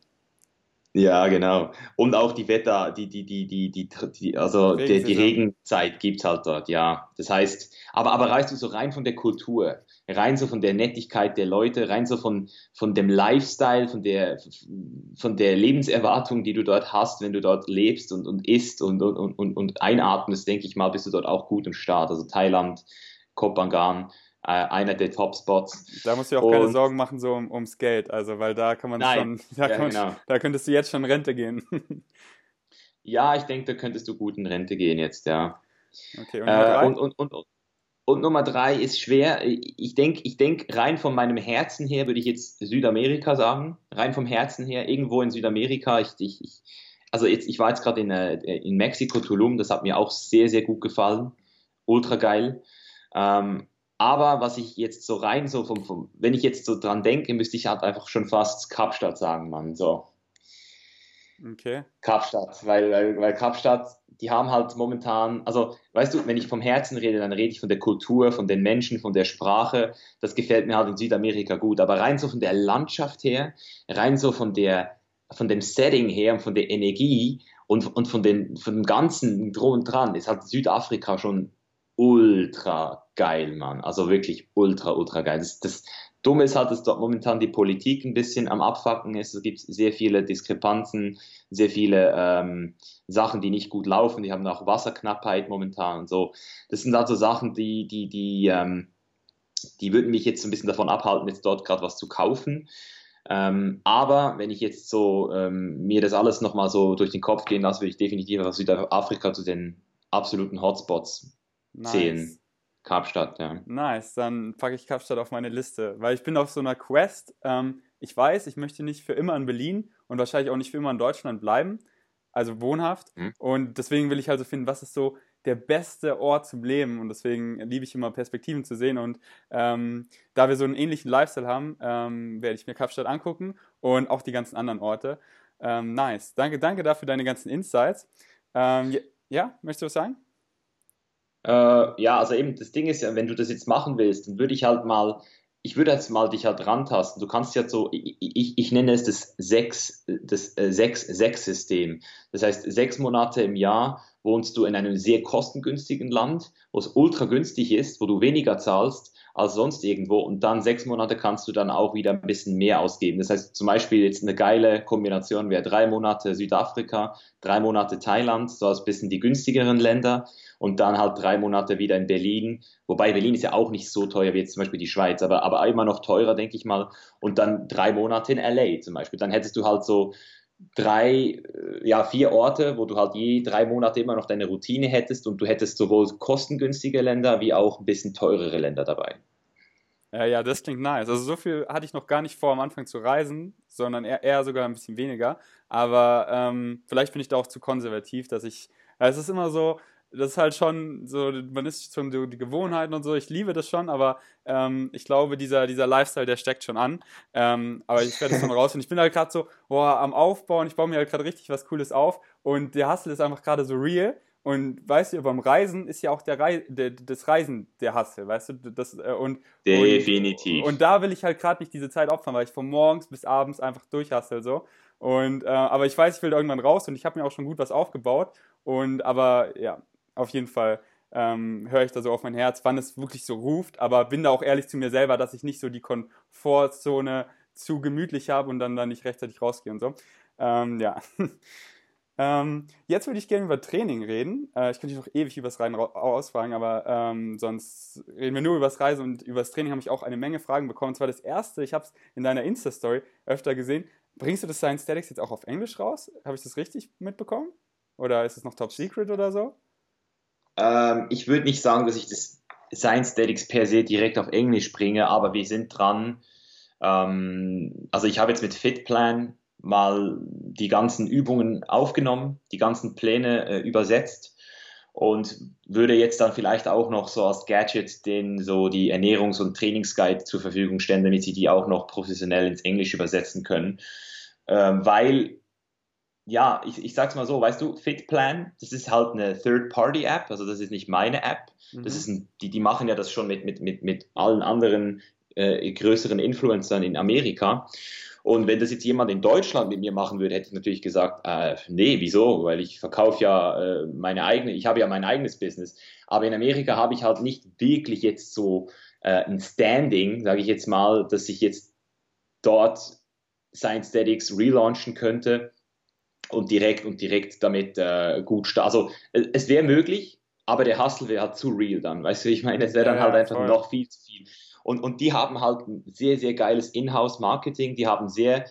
Ja, genau. Und auch die Wetter, die, die, die, die, die, die also die, die Regensaison. Regenzeit gibt's halt dort, ja. Das heißt, aber, aber weißt du, so rein von der Kultur, rein so von der Nettigkeit der Leute, rein so von, von dem Lifestyle, von der, von der Lebenserwartung, die du dort hast, wenn du dort lebst und, und isst und, und, und, und einatmest, denke ich mal, bist du dort auch gut im Start. Also Thailand, Koh Phangan, äh, einer der Top-Spots. Da musst du dir auch keine Und Sorgen machen, so um, ums Geld. Also, weil da kann man nein, schon, da ja, kann man, genau. da könntest du jetzt schon in Rente gehen. Ja, ich denke, da könntest du gut in Rente gehen jetzt, ja. Okay, und Nummer Äh, drei? und, und, und, und Nummer drei ist schwer. Ich denke, ich denk, rein von meinem Herzen her würde ich jetzt Südamerika sagen. Rein vom Herzen her, irgendwo in Südamerika. Ich, ich, ich, also jetzt, ich war jetzt gerade in, äh, in Mexiko, Tulum, das hat mir auch sehr, sehr gut gefallen. Ultra geil. Ähm, aber was ich jetzt so rein, so vom, vom, wenn ich jetzt so dran denke, müsste ich halt einfach schon fast Kapstadt sagen, Mann. So. Okay. Kapstadt, weil, weil, weil Kapstadt, die haben halt momentan, also weißt du, wenn ich vom Herzen rede, dann rede ich von der Kultur, von den Menschen, von der Sprache. Das gefällt mir halt in Südamerika gut. Aber rein so von der Landschaft her, rein so von der, von dem Setting her und von der Energie und, und von, den, von dem ganzen Drum und Dran ist halt Südafrika schon ultra geil, Mann. Also wirklich ultra, ultra geil. Das, das Dumme ist halt, dass dort momentan die Politik ein bisschen am Abfacken ist. Es gibt sehr viele Diskrepanzen, sehr viele ähm, Sachen, die nicht gut laufen. Die haben auch Wasserknappheit momentan und so. Das sind also Sachen, die, die, die, ähm, die würden mich jetzt ein bisschen davon abhalten, jetzt dort gerade was zu kaufen. Ähm, aber wenn ich jetzt so ähm, mir das alles nochmal so durch den Kopf gehen lasse, würde ich definitiv auf Südafrika zu den absoluten Hotspots Nice. zählen. Kapstadt, ja. Nice, dann packe ich Kapstadt auf meine Liste, weil ich bin auf so einer Quest. Ähm, ich weiß, ich möchte nicht für immer in Berlin und wahrscheinlich auch nicht für immer in Deutschland bleiben, also wohnhaft. Hm? Und deswegen will ich also finden, was ist so der beste Ort zum Leben. Und deswegen liebe ich immer Perspektiven zu sehen. Und ähm, da wir so einen ähnlichen Lifestyle haben, ähm, werde ich mir Kapstadt angucken und auch die ganzen anderen Orte. Ähm, nice. Danke, danke dafür deine ganzen Insights. Ähm, ja, ja, möchtest du was sagen? Äh, ja, also eben, das Ding ist ja, wenn du das jetzt machen willst, dann würde ich halt mal, ich würde jetzt mal dich halt rantasten. Du kannst ja so, ich, ich, ich nenne es das sechs, das äh, sechs sechs System. Das heißt, sechs Monate im Jahr wohnst du in einem sehr kostengünstigen Land, wo es ultra günstig ist, wo du weniger zahlst als sonst irgendwo und dann sechs Monate kannst du dann auch wieder ein bisschen mehr ausgeben. Das heißt zum Beispiel jetzt eine geile Kombination wäre drei Monate Südafrika, drei Monate Thailand, so als bisschen die günstigeren Länder und dann halt drei Monate wieder in Berlin. Wobei Berlin ist ja auch nicht so teuer wie jetzt zum Beispiel die Schweiz, aber, aber immer noch teurer, denke ich mal. Und dann drei Monate in L A zum Beispiel. Dann hättest du halt so drei, äh, ja, vier Orte, wo du halt je drei Monate immer noch deine Routine hättest und du hättest sowohl kostengünstige Länder wie auch ein bisschen teurere Länder dabei. Ja, ja, das klingt nice. Also so viel hatte ich noch gar nicht vor, am Anfang zu reisen, sondern eher, eher sogar ein bisschen weniger. Aber ähm, vielleicht bin ich da auch zu konservativ, dass ich. Ja, es ist immer so, das ist halt schon so, man ist schon so die Gewohnheiten und so. Ich liebe das schon, aber ähm, ich glaube, dieser, dieser Lifestyle, der steckt schon an. Ähm, aber ich werde es dann raus und ich bin halt gerade so, boah, am Aufbauen, ich baue mir halt gerade richtig was Cooles auf und der Hustle ist einfach gerade so real. Und weißt du, beim Reisen ist ja auch der Rei der, das Reisen der Hustle, weißt du? Das, äh, und, und, Definitiv. und da will ich halt gerade nicht diese Zeit opfern, weil ich von morgens bis abends einfach durchhustle so. Und, äh, aber ich weiß, ich will da irgendwann raus und ich habe mir auch schon gut was aufgebaut. Und aber ja, auf jeden Fall ähm, höre ich da so auf mein Herz, wann es wirklich so ruft, aber bin da auch ehrlich zu mir selber, dass ich nicht so die Komfortzone zu gemütlich habe und dann da nicht rechtzeitig rausgehe und so. Ähm, ja. Ähm, jetzt würde ich gerne über Training reden. Äh, ich könnte dich noch ewig über das Reisen ausfragen, aber ähm, sonst reden wir nur über das Reisen und über das Training habe ich auch eine Menge Fragen bekommen. Und zwar das erste, ich habe es in deiner Insta-Story öfter gesehen. Bringst du das Science Statics jetzt auch auf Englisch raus? Habe ich das richtig mitbekommen? Oder ist es noch Top Secret oder so? Ähm, ich würde nicht sagen, dass ich das Science Statics per se direkt auf Englisch bringe, aber wir sind dran. Ähm, also ich habe jetzt mit FitPlan mal die ganzen Übungen aufgenommen, die ganzen Pläne äh, übersetzt und würde jetzt dann vielleicht auch noch so als Gadget den so die Ernährungs- und Trainingsguide zur Verfügung stellen, damit sie die auch noch professionell ins Englisch übersetzen können. Ähm, weil ja, ich, ich sag's mal so, weißt du, FitPlan, das ist halt eine Third-Party-App, also das ist nicht meine App. Das Mhm. ist ein, die, die machen ja das schon mit, mit, mit, mit allen anderen äh, größeren Influencern in Amerika. Und wenn das jetzt jemand in Deutschland mit mir machen würde, hätte ich natürlich gesagt, äh, nee, wieso? Weil ich verkaufe ja äh, meine eigene, ich habe ja mein eigenes Business. Aber in Amerika habe ich halt nicht wirklich jetzt so äh, ein Standing, sage ich jetzt mal, dass ich jetzt dort Science Statics relaunchen könnte und direkt und direkt damit äh, gut starten. Also äh, es wäre möglich, aber der Hustle wäre halt zu real dann. Weißt du, ich meine, es wäre Ja, dann halt ja, einfach voll. noch viel zu viel. Und, und die haben halt ein sehr, sehr geiles Inhouse-Marketing, die haben sehr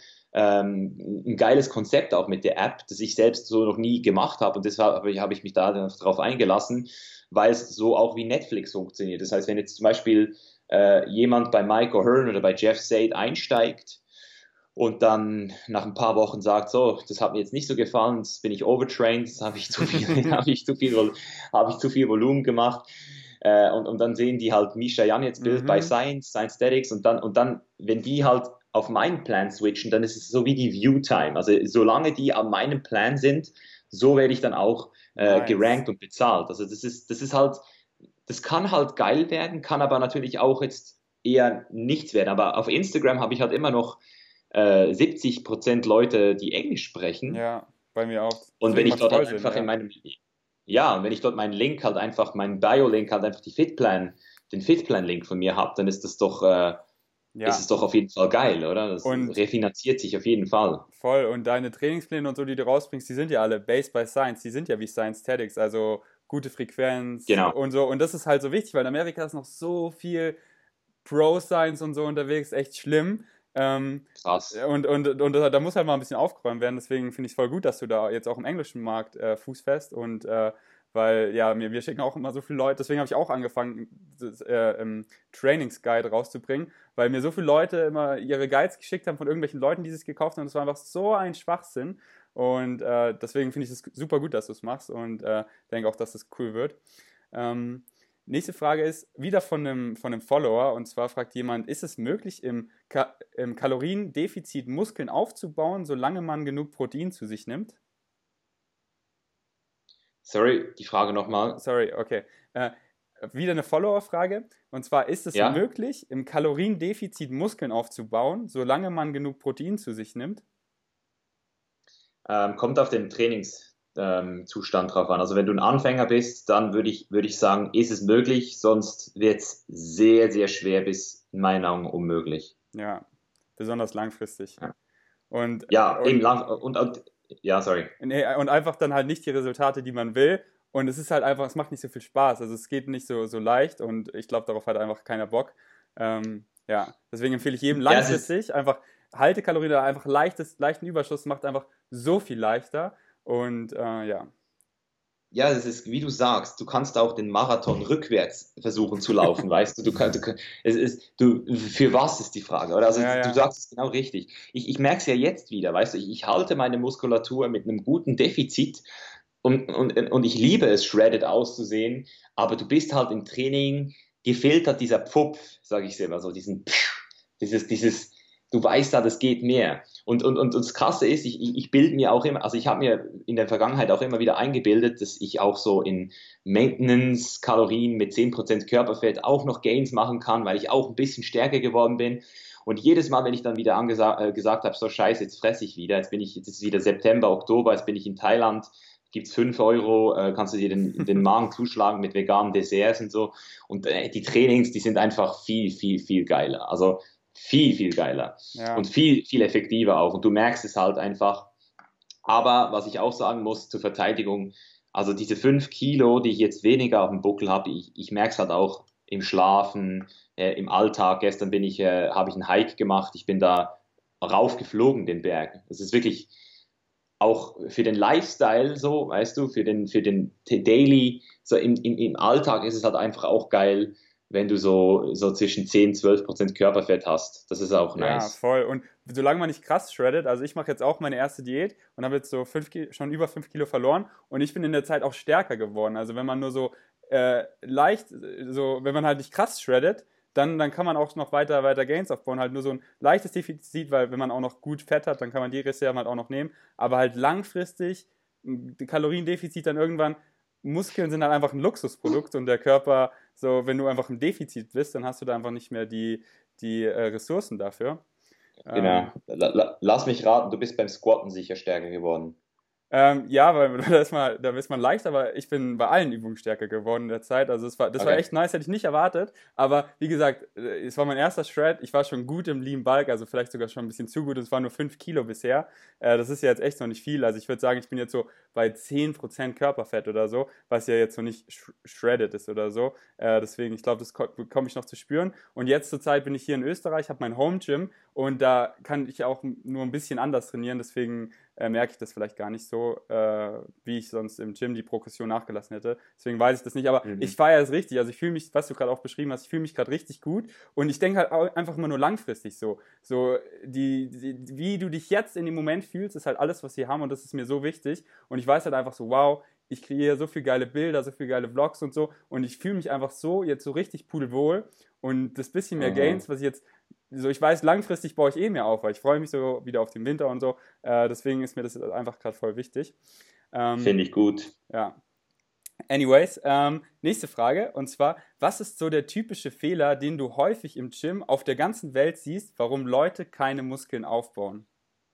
ähm, ein geiles Konzept auch mit der App, das ich selbst so noch nie gemacht habe und deshalb habe ich, habe ich mich da darauf eingelassen, weil es so auch wie Netflix funktioniert. Das heißt, wenn jetzt zum Beispiel äh, jemand bei Mike O'Hearn oder bei Jeff Zaid einsteigt, und dann nach ein paar Wochen sagt, so, das hat mir jetzt nicht so gefallen, jetzt bin ich overtrained, jetzt habe ich zu viel, habe ich zu viel, habe ich zu viel Volumen gemacht. Äh, und, und dann sehen die halt Misha Jan jetzt Bild bei Mhm. Science, Science Statics und dann, und dann, wenn die halt auf meinen Plan switchen, dann ist es so wie die View Time. Also solange die an meinem Plan sind, so werde ich dann auch äh, Nice. gerankt und bezahlt. Also das ist, das ist halt, das kann halt geil werden, kann aber natürlich auch jetzt eher nichts werden. Aber auf Instagram habe ich halt immer noch äh, siebzig Prozent Leute, die Englisch sprechen. Ja, bei mir auch. Und wenn Deswegen ich macht es dort halt voll Sinn, einfach in ja. meinem, ja, wenn ich dort meinen Link halt einfach, meinen Bio-Link halt einfach die Fitplan, den Fitplan-Link von mir habe, dann ist das doch, äh, ist es Ja. doch auf jeden Fall geil, oder? Das Und refinanziert sich auf jeden Fall. voll. Und deine Trainingspläne und so, die du rausbringst, die sind ja alle based by Science. Die sind ja wie Science Statics, also gute Frequenz Genau. und so. Und das ist halt so wichtig, weil in Amerika ist noch so viel Pro-Science und so unterwegs, echt schlimm. Ähm, Krass. und, und, und da da muss halt mal ein bisschen aufgeräumt werden. Deswegen finde ich es voll gut, dass du da jetzt auch im englischen Markt äh, Fuß fest und äh, weil ja, mir, wir schicken auch immer so viele Leute, deswegen habe ich auch angefangen, das, äh, ähm, Trainingsguide rauszubringen, weil mir so viele Leute immer ihre Guides geschickt haben von irgendwelchen Leuten, die sich gekauft haben, und es war einfach so ein Schwachsinn und äh, deswegen finde ich es super gut, dass du es machst und äh, denke auch, dass das cool wird. Ähm, Nächste Frage ist wieder von einem, von einem Follower, und zwar fragt jemand, ist es möglich, im, Ka im Kaloriendefizit Muskeln aufzubauen, solange man genug Protein zu sich nimmt? Sorry, die Frage nochmal. Sorry, okay. Äh, wieder eine Follower-Frage, und zwar, ist es Ja, möglich, im Kaloriendefizit Muskeln aufzubauen, solange man genug Protein zu sich nimmt? ähm, kommt auf den Trainingszustand ähm, Zustand drauf an. Also wenn du ein Anfänger bist, dann würde ich, würde ich sagen, ist es möglich, sonst wird es sehr, sehr schwer bis in meinen Augen unmöglich. Ja, besonders langfristig. Ja, Und, ja eben und lang und, und ja, sorry. Nee, und einfach dann halt nicht die Resultate, die man will. Und es ist halt einfach, es macht nicht so viel Spaß. Also es geht nicht so, so leicht, und ich glaube, darauf hat einfach keiner Bock. Ähm, ja, deswegen empfehle ich jedem Ja, es ist, langfristig einfach Haltekalorien oder einfach leichtes, leichten Überschuss macht einfach so viel leichter. Und äh, ja. ja, es ist, wie du sagst, du kannst auch den Marathon rückwärts versuchen zu laufen, weißt du, du kannst, du, kann- es ist, du, für was ist die Frage, oder? Also Ja, du ja. sagst es genau richtig. Ich, ich merke es ja jetzt wieder, weißt du, ich, ich halte meine Muskulatur mit einem guten Defizit und, und, und ich liebe es, shredded auszusehen, aber du bist halt im Training, dir fehlt halt dieser Pfupf, sage ich immer so, diesen, dieses, dieses, du weißt da, das geht mehr. Und, und, und, und das Krasse ist, ich, ich bilde mir auch immer, also ich habe mir in der Vergangenheit auch immer wieder eingebildet, dass ich auch so in Maintenance-Kalorien mit zehn Prozent Körperfett auch noch Gains machen kann, weil ich auch ein bisschen stärker geworden bin. Und jedes Mal, wenn ich dann wieder angesa äh, gesagt habe, so scheiße, jetzt fresse ich wieder, jetzt bin ich, jetzt ist wieder September, Oktober, jetzt bin ich in Thailand, gibt's fünf Euro, äh, kannst du dir den, den Magen zuschlagen mit veganen Desserts und so. Und äh, die Trainings, die sind einfach viel, viel, viel geiler. Also viel, viel geiler und Ja, viel, viel effektiver auch. Und du merkst es halt einfach. Aber was ich auch sagen muss zur Verteidigung, also diese fünf Kilo, die ich jetzt weniger auf dem Buckel habe, ich, ich merke es halt auch im Schlafen, äh, im Alltag. Gestern bin ich, äh, habe ich einen Hike gemacht, ich bin da raufgeflogen, den Berg. Das ist wirklich auch für den Lifestyle so, weißt du, für den, für den Daily, so im, im, im Alltag ist es halt einfach auch geil, wenn du so, so zwischen zehn, zwölf Prozent Körperfett hast. Das ist auch ja, nice. voll. Und solange man nicht krass shreddet, also ich mache jetzt auch meine erste Diät und habe jetzt so fünf Kilo, schon über fünf Kilo verloren, und ich bin in der Zeit auch stärker geworden. Also wenn man nur so äh, leicht, so, wenn man halt nicht krass shreddet, dann, dann kann man auch noch weiter, weiter Gains aufbauen. Halt nur so ein leichtes Defizit, weil wenn man auch noch gut Fett hat, dann kann man die Reserven halt auch noch nehmen. Aber halt langfristig, ein Kaloriendefizit dann irgendwann, Muskeln sind halt einfach ein Luxusprodukt, und der Körper, so, wenn du einfach im Defizit bist, dann hast du da einfach nicht mehr die, die äh, Ressourcen dafür. Genau. Ähm, La, la, lass mich raten, du bist beim Squatten sicher stärker geworden. Ähm, ja, weil da ist man, da ist man leicht, aber ich bin bei allen Übungen stärker geworden in der Zeit. Also es war, das war Okay. echt nice, hätte ich nicht erwartet. Aber wie gesagt, äh, es war mein erster Shred. Ich war schon gut im Lean Bulk, also vielleicht sogar schon ein bisschen zu gut. Es waren nur fünf Kilo bisher. Äh, das ist ja jetzt echt noch nicht viel. Also ich würde sagen, ich bin jetzt so bei zehn Prozent Körperfett oder so, was ja jetzt noch nicht sh shredded ist oder so. Äh, deswegen, ich glaube, das ko bekomme ich noch zu spüren. Und jetzt zur Zeit bin ich hier in Österreich, habe mein Home Gym, und da kann ich auch nur ein bisschen anders trainieren. Deswegen äh, merke ich das vielleicht gar nicht so, äh, wie ich sonst im Gym die Progression nachgelassen hätte. Deswegen weiß ich das nicht, aber ich Mhm. feiere es richtig. Also ich fühle mich, was du gerade auch beschrieben hast, ich fühle mich gerade richtig gut, und ich denke halt auch einfach immer nur langfristig so. So, die, die, wie du dich jetzt in dem Moment fühlst, ist halt alles, was wir haben, und das ist mir so wichtig. Und ich weiß halt einfach so, wow, ich kreiere so viele geile Bilder, so viele geile Vlogs und so, und ich fühle mich einfach so jetzt so richtig pudelwohl, und das bisschen mehr Aha. Gains, was ich jetzt so, ich weiß, langfristig baue ich eh mehr auf, weil ich freue mich so wieder auf den Winter und so. Äh, deswegen ist mir das einfach gerade voll wichtig. Ähm, Finde ich gut. ja. Anyways, ähm, nächste Frage. Und zwar, was ist so der typische Fehler, den du häufig im Gym auf der ganzen Welt siehst, warum Leute keine Muskeln aufbauen?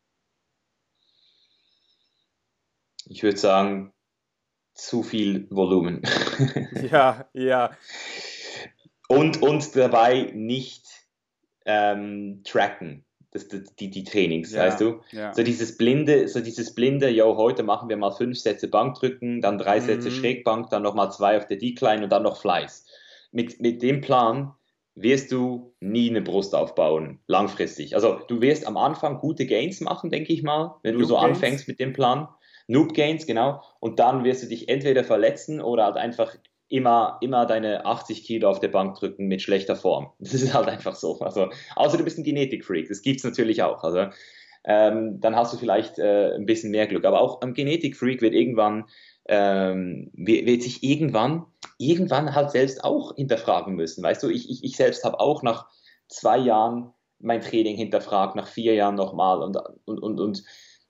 Ich würde sagen, zu viel Volumen. Ja, ja, Und, und dabei nicht ähm, tracken, das, das, die, die Trainings, weißt ja, du? ja. So dieses blinde, so dieses blinde, yo, heute machen wir mal fünf Sätze Bankdrücken, dann drei Sätze Mhm. Schrägbank, dann nochmal zwei auf der Decline und dann noch Fleiß. Mit, mit dem Plan wirst du nie eine Brust aufbauen, langfristig. Also du wirst am Anfang gute Gains machen, denke ich mal, wenn du so Glute Gains? anfängst mit dem Plan. Noob Gains, genau. Und dann wirst du dich entweder verletzen oder halt einfach immer, immer deine achtzig Kilo auf der Bank drücken mit schlechter Form. Das ist halt einfach so. Also, außer du bist ein Genetikfreak, das gibt's natürlich auch. Also, ähm, dann hast du vielleicht äh, ein bisschen mehr Glück. Aber auch ein Genetikfreak wird irgendwann, ähm, wird, wird sich irgendwann, irgendwann halt selbst auch hinterfragen müssen. Weißt du, ich, ich, ich selbst habe auch nach zwei Jahren mein Training hinterfragt, nach vier Jahren nochmal und, und, und, und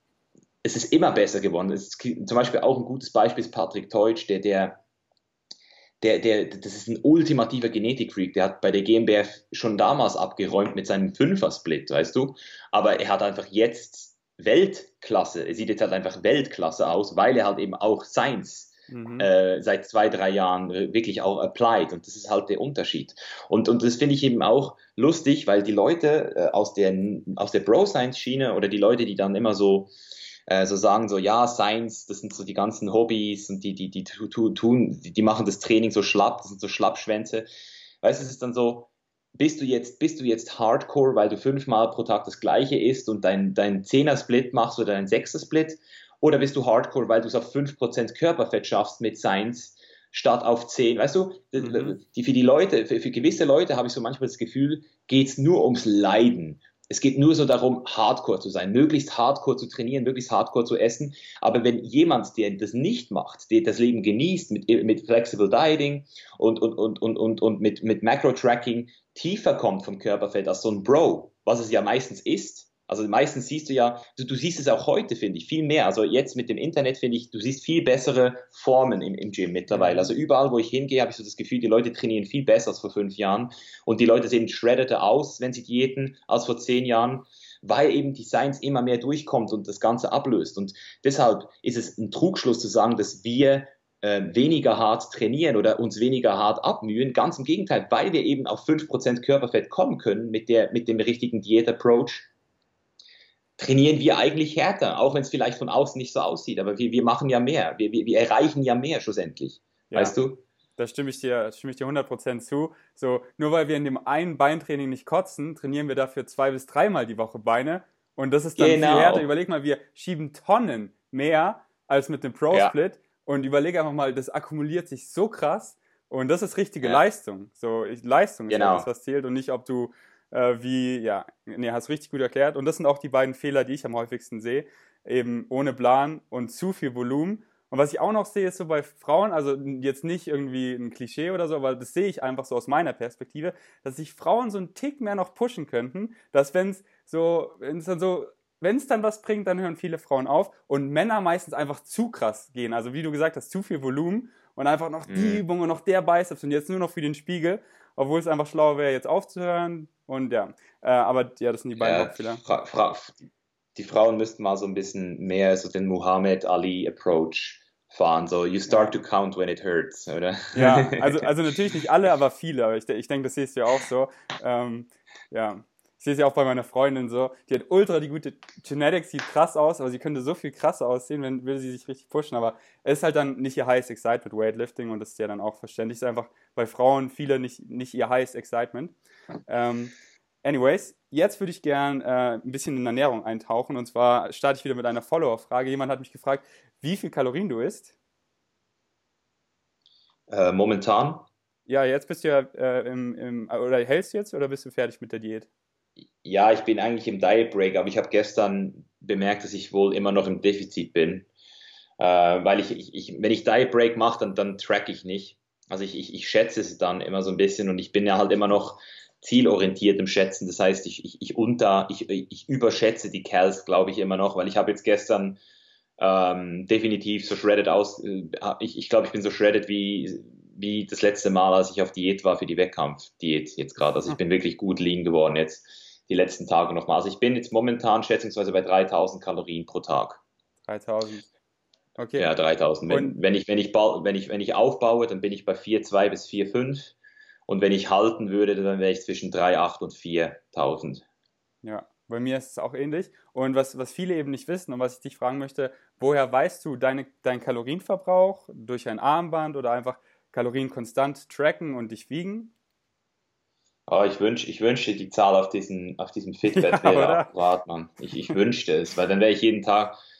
es ist immer besser geworden. Es ist zum Beispiel auch ein gutes Beispiel ist Patrick Teutsch, der, der Der, der, das ist ein ultimativer Genetikfreak. Der hat bei der G m B F schon damals abgeräumt mit seinem Fünfer-Split, weißt du? Aber er hat einfach jetzt Weltklasse. Er sieht jetzt halt einfach Weltklasse aus, weil er halt eben auch Science mhm. äh, seit zwei, drei Jahren wirklich auch applied. Und das ist halt der Unterschied. Und, und das finde ich eben auch lustig, weil die Leute äh, aus der, aus der Bro-Science-Schiene oder die Leute, die dann immer so so sagen so, ja, Science, das sind so die ganzen Hobbys und die, die, die tun, die, die machen das Training so schlapp, das sind so Schlappschwänze. Weißt du, es ist dann so, bist du jetzt, bist du jetzt Hardcore, weil du fünfmal pro Tag das Gleiche isst und dein, dein Zehner-Split machst oder dein Sechser-Split? Oder bist du Hardcore, weil du es auf fünf Prozent Körperfett schaffst mit Science statt auf zehn? Weißt du, mhm. die, für die Leute, für, für gewisse Leute habe ich so manchmal das Gefühl, geht es nur ums Leiden. Es geht nur so darum, Hardcore zu sein, möglichst Hardcore zu trainieren, möglichst Hardcore zu essen. Aber wenn jemand, der das nicht macht, der das Leben genießt mit, mit Flexible Dieting und, und, und, und, und, und mit, mit Macro-Tracking tiefer kommt vom Körperfett als so ein Bro, was es ja meistens ist, also meistens siehst du ja, du, du siehst es auch heute, finde ich, viel mehr. Also jetzt mit dem Internet, finde ich, du siehst viel bessere Formen im, im Gym mittlerweile. Also überall, wo ich hingehe, habe ich so das Gefühl, die Leute trainieren viel besser als vor fünf Jahren. Und die Leute sehen shreddeter aus, wenn sie diäten, als vor zehn Jahren, weil eben die Science immer mehr durchkommt und das Ganze ablöst. Und deshalb ist es ein Trugschluss zu sagen, dass wir äh, weniger hart trainieren oder uns weniger hart abmühen. Ganz im Gegenteil, weil wir eben auf fünf Prozent Körperfett kommen können mit, der, mit dem richtigen Diät-Approach, trainieren wir eigentlich härter, auch wenn es vielleicht von außen nicht so aussieht, aber wir, wir machen ja mehr, wir, wir, wir erreichen ja mehr schlussendlich, ja, weißt du? Da stimme ich dir, stimme ich dir hundert Prozent zu. So, nur weil wir in dem einen Beintraining nicht kotzen, trainieren wir dafür zwei bis dreimal die Woche Beine und das ist dann genau. viel härter. Überleg mal, wir schieben Tonnen mehr als mit dem Pro-Split ja. und überleg einfach mal, das akkumuliert sich so krass und das ist richtige ja. Leistung. So, Leistung ist genau. das, was zählt und nicht, ob du Äh, wie, ja, nee, hast richtig gut erklärt. Und das sind auch die beiden Fehler, die ich am häufigsten sehe. Eben ohne Plan und zu viel Volumen. Und was ich auch noch sehe, ist so bei Frauen, also jetzt nicht irgendwie ein Klischee oder so, aber das sehe ich einfach so aus meiner Perspektive, dass sich Frauen so einen Tick mehr noch pushen könnten, dass wenn es so, wenn es dann so, wenn es dann was bringt, dann hören viele Frauen auf und Männer meistens einfach zu krass gehen. Also wie du gesagt hast, zu viel Volumen und einfach noch die Übung und noch der Biceps und jetzt nur noch für den Spiegel, obwohl es einfach schlauer wäre, jetzt aufzuhören. Und ja, äh, aber ja, das sind die beiden ja, Hauptfehler. Fra- Fra- die Frauen müssten mal so ein bisschen mehr so den Muhammad Ali Approach fahren. So, you start ja. to count when it hurts, oder? Ja, also, also natürlich nicht alle, aber viele. Aber ich, ich denke, das siehst du ja auch so. Ähm, ja, ich sehe es ja auch bei meiner Freundin so. Die hat ultra die gute Genetics, sieht krass aus, aber sie könnte so viel krasser aussehen, wenn würde sie sich richtig pushen. Aber es ist halt dann nicht ihr Highest Excitement Weightlifting und das ist ja dann auch verständlich. Es ist einfach bei Frauen viele nicht, nicht ihr Highest Excitement. Ähm, anyways, jetzt würde ich gern äh, ein bisschen in Ernährung eintauchen. Und zwar starte ich wieder mit einer Follower-Frage. Jemand hat mich gefragt, wie viel Kalorien du isst? Äh, momentan? Ja, jetzt bist du ja äh, im, im, oder hältst du jetzt oder bist du fertig mit der Diät? Ja, ich bin eigentlich im Diet Break, aber ich habe gestern bemerkt, dass ich wohl immer noch im Defizit bin. Äh, weil ich, ich, ich, wenn ich Diet Break mache, dann, dann track ich nicht. Also ich, ich, ich schätze es dann immer so ein bisschen und ich bin ja halt immer noch zielorientiert im Schätzen. Das heißt, ich, ich, ich unter, ich, ich überschätze die Cals, glaube ich, immer noch, weil ich habe jetzt gestern ähm, definitiv so shredded aus, äh, ich, ich glaube, ich bin so shredded wie, wie das letzte Mal, als ich auf Diät war für die Wettkampfdiät jetzt gerade. Also ich bin wirklich gut lean geworden jetzt die letzten Tage nochmal. Also ich bin jetzt momentan schätzungsweise bei dreitausend Kalorien pro Tag. dreitausend. Okay. Ja, dreitausend. Wenn, wenn, ich, wenn, ich, wenn, ich, wenn ich aufbaue, dann bin ich bei vier Komma zwei bis vier Komma fünf. Und wenn ich halten würde, dann wäre ich zwischen drei Komma acht und viertausend. Ja, bei mir ist es auch ähnlich. Und was, was viele eben nicht wissen und was ich dich fragen möchte, woher weißt du deine, deinen Kalorienverbrauch durch ein Armband oder einfach Kalorien konstant tracken und dich wiegen? Oh, ich wünsche ich wünschte, die Zahl auf, diesen, auf diesem Fitbit ja, wäre akkurat, Mann. Ich, ich wünschte es, weil dann wäre ich jeden Tag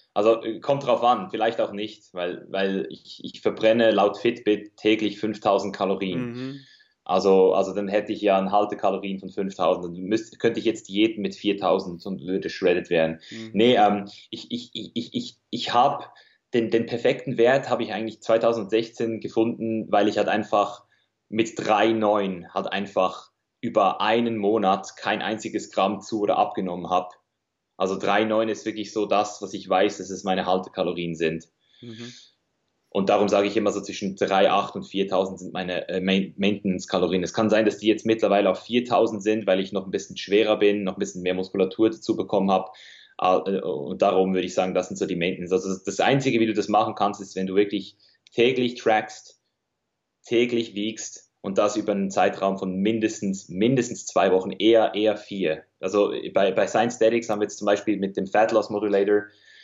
Also äh, kommt drauf an, vielleicht auch nicht, weil, weil ich, ich verbrenne laut Fitbit täglich fünftausend Kalorien. Mhm. Also, also dann hätte ich ja ein Haltekalorien von fünftausend. Dann müsste, könnte ich jetzt diäten mit viertausend und würde shredded werden. Mhm. Nee, ähm, ich, ich, ich, ich, ich, ich habe den, den perfekten Wert habe ich eigentlich zwanzig sechzehn gefunden, weil ich halt einfach mit drei Komma neun halt einfach über einen Monat kein einziges Gramm zu oder abgenommen habe. Also drei Komma neun ist wirklich so das, was ich weiß, dass es meine Haltekalorien sind. Mhm. Und darum sage ich immer so zwischen drei Komma acht und viertausend sind meine äh, Maintenance-Kalorien. Es kann sein, dass die jetzt mittlerweile auf viertausend sind, weil ich noch ein bisschen schwerer bin, noch ein bisschen mehr Muskulatur dazu bekommen habe. Äh, und darum würde ich sagen, das sind so die Maintenance. Also das, das Einzige, wie du das machen kannst, ist, wenn du wirklich täglich trackst, täglich wiegst und das über einen Zeitraum von mindestens, mindestens zwei Wochen, eher, eher vier. Also bei, bei Science Statics haben wir jetzt zum Beispiel mit dem Fat Loss Modulator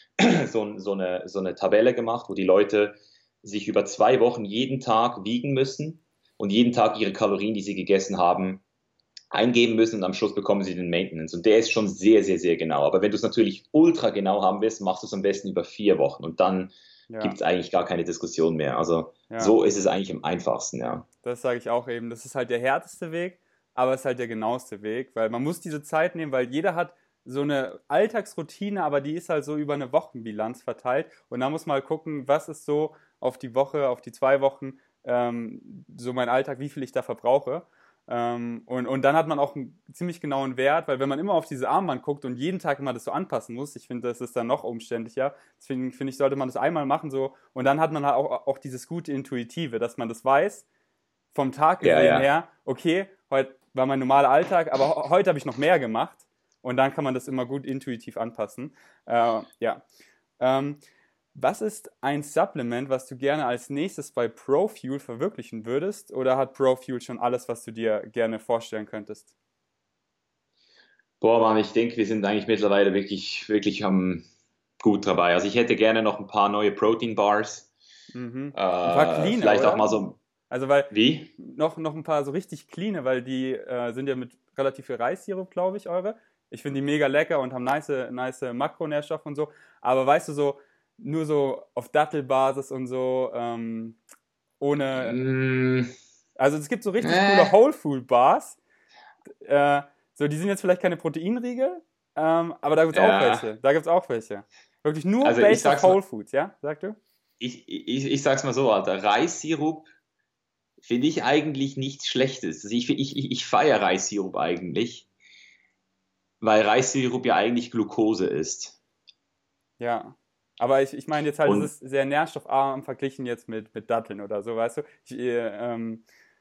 so, so, eine, so eine Tabelle gemacht, wo die Leute sich über zwei Wochen jeden Tag wiegen müssen und jeden Tag ihre Kalorien, die sie gegessen haben, eingeben müssen und am Schluss bekommen sie den Maintenance. Und der ist schon sehr, sehr, sehr genau. Aber wenn du es natürlich ultra genau haben willst, machst du es am besten über vier Wochen und dann Ja, gibt es eigentlich gar keine Diskussion mehr. Also ja, so ist es eigentlich am einfachsten, ja. das sage ich auch eben. Das ist halt der härteste Weg, aber es ist halt der genaueste Weg, weil man muss diese Zeit nehmen, weil jeder hat so eine Alltagsroutine, aber die ist halt so über eine Wochenbilanz verteilt und da muss man halt gucken, was ist so auf die Woche, auf die zwei Wochen, ähm, so mein Alltag, wie viel ich da verbrauche. Ähm, und, und dann hat man auch einen ziemlich genauen Wert, weil wenn man immer auf diese Armband guckt und jeden Tag immer das so anpassen muss, ich finde, das ist dann noch umständlicher. Deswegen finde ich, sollte man das einmal machen so und dann hat man halt auch, auch dieses gute Intuitive, dass man das weiß, vom Tag Ja, gesehen ja. her, okay, heute war mein normaler Alltag, aber ho- heute habe ich noch mehr gemacht und dann kann man das immer gut intuitiv anpassen. Äh, ja. Ähm, Was ist ein Supplement, was du gerne als nächstes bei ProFuel verwirklichen würdest? Oder hat ProFuel schon alles, was du dir gerne vorstellen könntest? Boah, Mann, ich denke, wir sind eigentlich mittlerweile wirklich, wirklich am gut dabei. Also ich hätte gerne noch ein paar neue Protein Bars. Mhm. Ein paar Äh, cleane, vielleicht auch oder? mal so, Also, weil wie? noch, noch ein paar so richtig cleane, weil die äh, sind ja mit relativ viel Reissirup, glaube ich, eure. Ich finde die mega lecker und haben nice, nice Makronährstoffe und so. Aber weißt du, so nur so auf Dattelbasis und so, ähm, ohne. Mm, Also, es gibt so richtig äh, coole Whole Food Bars. Äh, so, die sind jetzt vielleicht keine Proteinriegel, ähm, aber da gibt es auch ja, welche. Da gibt es auch welche. Wirklich nur also ich based auf sag's mal, Whole Foods, ja? Sagt du? ich, ich, ich sag's mal so, Alter. Reissirup finde ich eigentlich nichts Schlechtes. Also ich, ich, ich, ich feiere Reissirup eigentlich, weil Reissirup ja eigentlich Glucose ist. Ja. Aber ich, ich meine jetzt halt, es Und ist sehr nährstoffarm verglichen jetzt mit, mit Datteln oder so, weißt du? Ich, äh, ähm,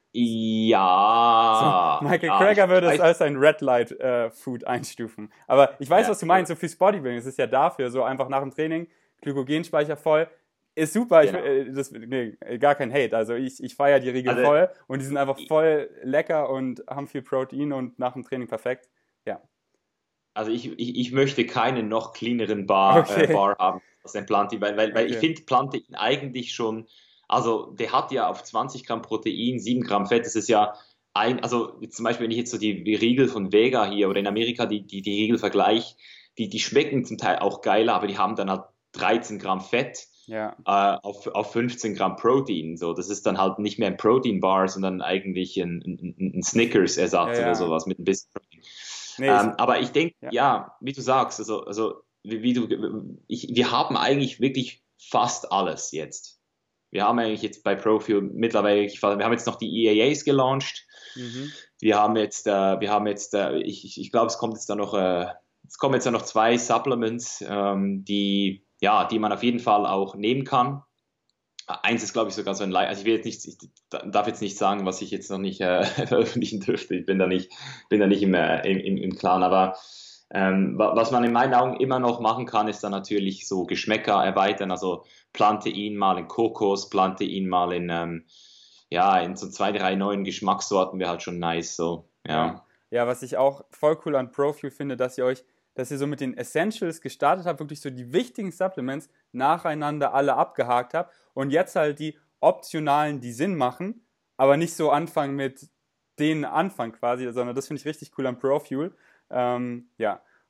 so, ja, Michael ja, ich Krager würde es weiß, als ein Red Light äh, Food einstufen. Aber ich weiß, ja, was du meinst, so fürs Bodybuilding. Es ist ja dafür, so einfach nach dem Training, Glykogenspeicher voll. Ist super, ich, genau. äh, das, nee, gar kein Hate. Also ich, ich feiere die Riegel Also voll und die sind einfach voll lecker und haben viel Protein und nach dem Training perfekt. Ja. Also ich, ich, ich möchte keinen noch cleaneren Bar, äh, Okay, Bar haben als den Plantain, weil, weil, weil ich okay. finde Plantain eigentlich schon, also der hat ja auf zwanzig Gramm Protein, sieben Gramm Fett, das ist ja ein, also zum Beispiel, wenn ich jetzt so die, die Riegel von Vega hier oder in Amerika die, die, die Riegel vergleiche, die, die schmecken zum Teil auch geiler, aber die haben dann halt dreizehn Gramm Fett Ja, äh, auf, auf fünfzehn Gramm Protein. So, das ist dann halt nicht mehr ein Protein Bar, sondern eigentlich ein, ein, ein ja, Snickers-Ersatz oder ja. sowas mit ein bisschen Protein. Nee, ich, Ähm, aber ich denke, ja. ja, wie du sagst, also, also wie, wie du, ich, wir haben eigentlich wirklich fast alles jetzt. Wir haben eigentlich jetzt bei Profil mittlerweile, wir haben jetzt noch die E A As gelauncht. Mhm. Wir haben jetzt, äh, wir haben jetzt, äh, ich, ich, ich glaube, es kommt jetzt da noch, äh, es kommen jetzt da noch zwei Supplements, ähm, die, ja, die man auf jeden Fall auch nehmen kann. Eins ist, glaube ich, sogar so ein Leih. Also ich will jetzt nicht, ich darf jetzt nicht sagen, was ich jetzt noch nicht äh, veröffentlichen dürfte. Ich bin da nicht, bin da nicht im, äh, im, im Klaren. Aber ähm, was man in meinen Augen immer noch machen kann, ist dann natürlich so Geschmäcker erweitern. Also plante ihn mal in Kokos, plante ihn mal in, ähm, ja, in so zwei, drei neuen Geschmackssorten wäre halt schon nice. So, Ja. ja. Ja, was ich auch voll cool an ProFuel finde, dass ihr euch, dass ihr so mit den Essentials gestartet habt, wirklich so die wichtigen Supplements nacheinander alle abgehakt habt und jetzt halt die optionalen, die Sinn machen, aber nicht so anfangen mit denen anfangen quasi, sondern das finde ich richtig cool an ProFuel. Ähm, ja.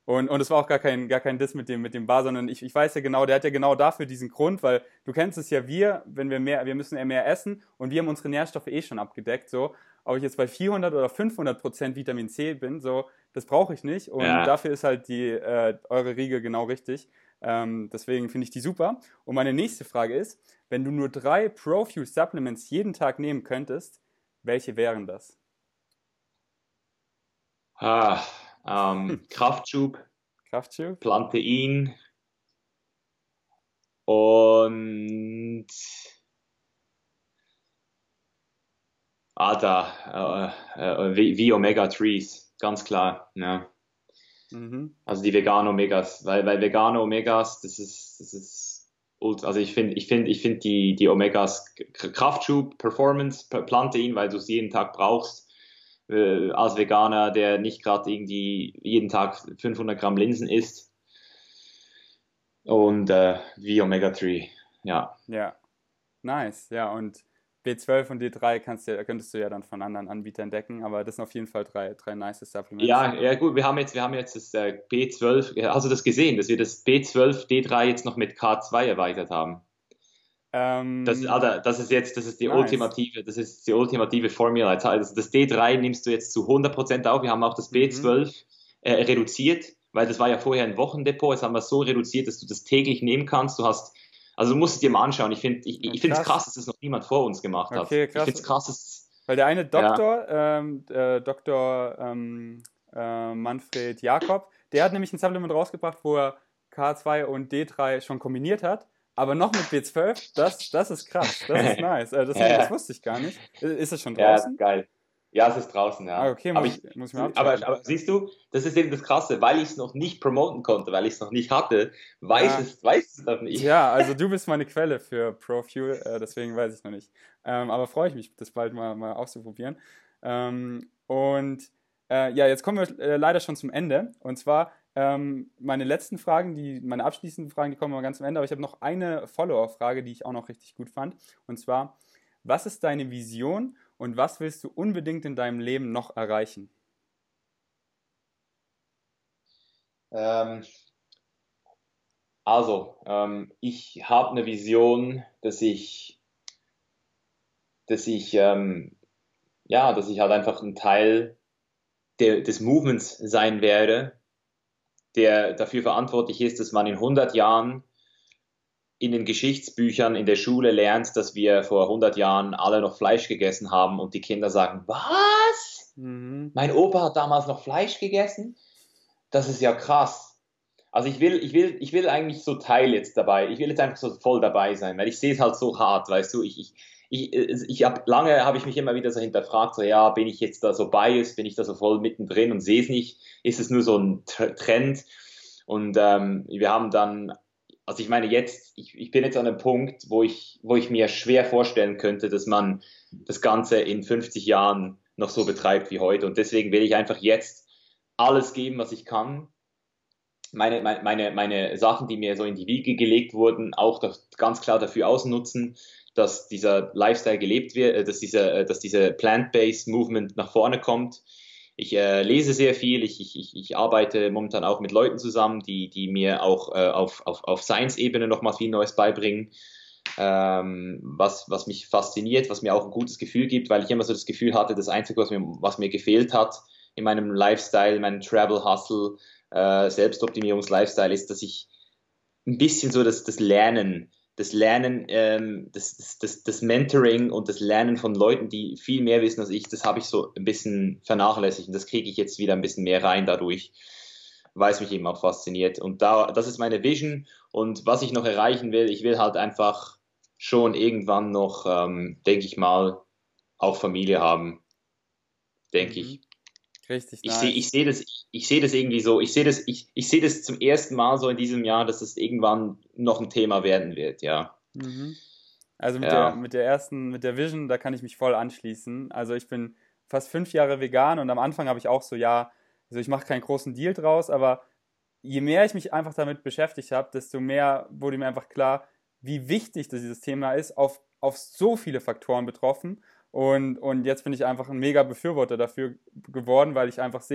Und, und es war auch gar kein, gar kein Diss mit dem, mit dem Bar, sondern ich, ich weiß ja genau, der hat ja genau dafür diesen Grund, weil du kennst es ja, wir, wenn wir mehr, wir müssen ja mehr essen und wir haben unsere Nährstoffe eh schon abgedeckt, so. Ob ich jetzt bei vierhundert oder fünfhundert Prozent Vitamin C bin, so, das brauche ich nicht. Und Ja. dafür ist halt die, äh, eure Riegel genau richtig. Ähm, deswegen finde ich die super. Und meine nächste Frage ist, wenn du nur drei ProFuel Supplements jeden Tag nehmen könntest, welche wären das? Ah, Hm. ähm, Kraftschub, Kraftschub? Plantein und ah, da, äh, äh, wie, wie Omega drei, ganz klar. Ja. Mhm. Also die vegane Omegas, weil, weil vegane Omegas, das ist, das ist, ult- also ich finde, ich finde, ich finde die, die Omegas K- Kraftschub, Performance, P- Plantein, weil du es jeden Tag brauchst, äh, als Veganer, der nicht gerade irgendwie jeden Tag fünfhundert Gramm Linsen isst und äh, wie Omega drei, ja. Ja, nice. Ja, und B zwölf und D drei kannst du, könntest du ja dann von anderen Anbietern decken, aber das sind auf jeden Fall drei, drei nice Supplements. Ja, ja gut, wir haben jetzt, wir haben jetzt das äh, B zwölf, ja, hast du das gesehen, dass wir das B zwölf D drei jetzt noch mit K zwei erweitert haben? Das, Ähm, Alter, das ist jetzt, das ist die nice. ultimative, das ist die ultimative Formula. Also das D drei nimmst du jetzt zu hundert Prozent auf. Wir haben auch das Mhm. B zwölf äh, reduziert, weil das war ja vorher ein Wochendepot. Jetzt haben wir es so reduziert, dass du das täglich nehmen kannst. Du hast, also du musst es dir mal anschauen. Ich finde, ich, Ja, ich finde es krass, krass. dass das noch niemand vor uns gemacht hat. Okay, Ich krass. finde es krass, dass, Weil der eine ja, Doktor, ähm, äh, Doktor ähm, äh, Manfred Jakob, der hat nämlich ein Supplement rausgebracht, wo er K zwei und D drei schon kombiniert hat, aber noch mit B zwölf. Das, das ist krass, das ist nice. Äh, das, das ja, wusste ich gar nicht. Ist es schon ja, draußen? geil. Ja, es ist draußen, Ah, ja. okay, Aber muss ich, ich, muss ich mal aber, abchecken. aber siehst du, das ist eben das Krasse, weil ich es noch nicht promoten konnte, weil ich es noch nicht hatte, weiß Ah, es, weiß es noch nicht. tja, also du bist meine Quelle für ProFuel, äh, deswegen weiß ich noch nicht. Ähm, aber freue ich mich, das bald mal, mal auszuprobieren. Ähm, und äh, ja, jetzt kommen wir äh, leider schon zum Ende. Und zwar ähm, meine letzten Fragen, die, meine abschließenden Fragen, die kommen mal ganz am Ende. Aber ich habe noch eine Follower-Frage, die ich auch noch richtig gut fand. Und zwar, was ist deine Vision und was willst du unbedingt in deinem Leben noch erreichen? Ähm, also, ähm, ich habe eine Vision, dass ich, dass ich, ähm, ja, dass ich halt einfach ein Teil der, des Movements sein werde, der dafür verantwortlich ist, dass man in hundert Jahren in den Geschichtsbüchern in der Schule lernt, dass wir vor hundert Jahren alle noch Fleisch gegessen haben und die Kinder sagen, was? Mhm. Mein Opa hat damals noch Fleisch gegessen? Das ist ja krass. Also ich will, ich will, ich will eigentlich so Teil jetzt dabei. Ich will jetzt einfach so voll dabei sein, weil ich sehe es halt so hart, weißt du. Ich, ich, ich, ich habe lange habe ich mich immer wieder so hinterfragt, so ja, bin ich jetzt da so biased, bin ich da so voll mittendrin und sehe es nicht? Ist es nur so ein Trend? Und ähm, wir haben dann, also ich meine jetzt, ich, ich bin jetzt an einem Punkt, wo ich, wo ich mir schwer vorstellen könnte, dass man das Ganze in fünfzig Jahren noch so betreibt wie heute. Und deswegen will ich einfach jetzt alles geben, was ich kann, meine, meine, meine, meine Sachen, die mir so in die Wiege gelegt wurden, auch das, ganz klar dafür ausnutzen, dass dieser Lifestyle gelebt wird, äh, dass dieser, äh, dass diese Plant-Based Movement nach vorne kommt. Ich äh, lese sehr viel, ich, ich, ich arbeite momentan auch mit Leuten zusammen, die, die mir auch äh, auf, auf, auf Science-Ebene noch mal viel Neues beibringen, ähm, was, was mich fasziniert, was mir auch ein gutes Gefühl gibt, weil ich immer so das Gefühl hatte, das Einzige, was mir, was mir gefehlt hat in meinem Lifestyle, in meinem Travel-Hustle, äh, Selbstoptimierungs-Lifestyle ist, dass ich ein bisschen so das, das Lernen, das Lernen, ähm, das, das, das, das Mentoring und das Lernen von Leuten, die viel mehr wissen als ich, das habe ich so ein bisschen vernachlässigt und das kriege ich jetzt wieder ein bisschen mehr rein dadurch, weil es mich eben auch fasziniert. Und da, das ist meine Vision und was ich noch erreichen will, ich will halt einfach schon irgendwann noch, ähm, denke ich mal, auch Familie haben, denke Mhm. ich. Richtig Ich sehe, ich nice. sehe das, ich sehe das irgendwie so, ich sehe das, ich, ich sehe das zum ersten Mal so in diesem Jahr, dass es irgendwann noch ein Thema werden wird, ja. Mhm. Also mit der, Ja. mit der ersten, mit der Vision, da kann ich mich voll anschließen. Also ich bin fast fünf Jahre vegan und am Anfang habe ich auch so, ja, also ich mache keinen großen Deal draus, aber je mehr ich mich einfach damit beschäftigt habe, desto mehr wurde mir einfach klar, wie wichtig das dieses Thema ist, auf, auf so viele Faktoren betroffen. Und, und jetzt bin ich einfach ein mega Befürworter dafür geworden, weil ich einfach sehe,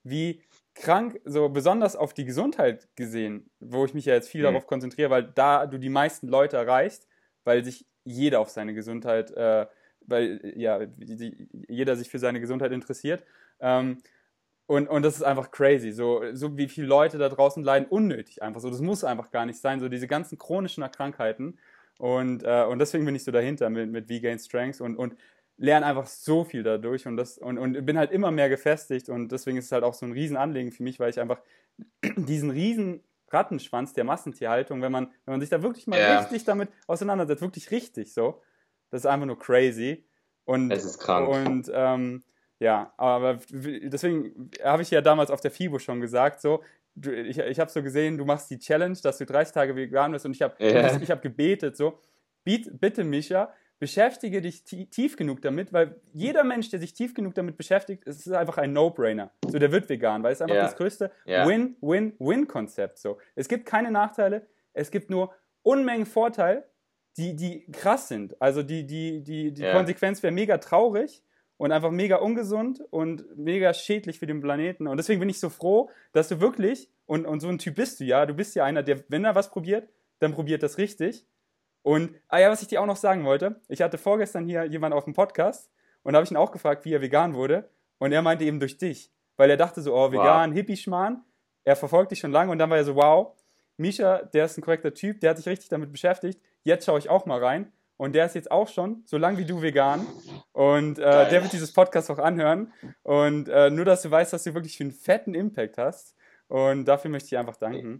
wie krank, so besonders auf die Gesundheit gesehen, wo ich mich ja jetzt viel Mhm. darauf konzentriere, weil da du die meisten Leute erreichst, weil sich jeder auf seine Gesundheit, äh, weil ja, die, jeder sich für seine Gesundheit interessiert. Ähm, und, und das ist einfach crazy, so, so wie viele Leute da draußen leiden, unnötig einfach so. Das muss einfach gar nicht sein, so diese ganzen chronischen Krankheiten. Und, äh, und deswegen bin ich so dahinter mit, mit V-Gain Strength und, und lerne einfach so viel dadurch und, das, und, und bin halt immer mehr gefestigt und deswegen ist es halt auch so ein Riesenanliegen für mich, weil ich einfach diesen riesen Rattenschwanz der Massentierhaltung, wenn man, wenn man sich da wirklich mal Ja, richtig damit auseinandersetzt, wirklich richtig so, das ist einfach nur crazy. Und, es ist krank. und ähm, ja, aber deswegen habe ich ja damals auf der FIBO schon gesagt, so, du, ich, ich habe so gesehen, du machst die Challenge, dass du dreißig Tage vegan bist und ich habe Ja, ich hab gebetet, so, biet, bitte Micha, beschäftige dich tief genug damit, weil jeder Mensch, der sich tief genug damit beschäftigt, es ist einfach ein No-Brainer. So, der wird vegan, weil es einfach das ja, größte ja, Win-Win-Win-Konzept. So, es gibt keine Nachteile, es gibt nur Unmengen Vorteile, die, die krass sind. Also die, die, die, die ja. Konsequenz wäre mega traurig und einfach mega ungesund und mega schädlich für den Planeten. Und deswegen bin ich so froh, dass du wirklich, und, und so ein Typ bist du ja, du bist ja einer, der, wenn er was probiert, dann probiert das richtig. Und, ah ja, was ich dir auch noch sagen wollte, ich hatte vorgestern hier jemanden auf dem Podcast und da habe ich ihn auch gefragt, wie er vegan wurde. Und er meinte eben durch dich. Weil er dachte so, oh, vegan, Wow. Hippie-Schmarrn. Er verfolgt dich schon lange und dann war er so, wow, Misha, der ist ein korrekter Typ, der hat sich richtig damit beschäftigt. Jetzt schaue ich auch mal rein. Und der ist jetzt auch schon, so lang wie du, vegan. Und äh, der Geil. wird dieses Podcast auch anhören. Und äh, nur, dass du weißt, dass du wirklich für einen fetten Impact hast. Und dafür möchte ich einfach danken.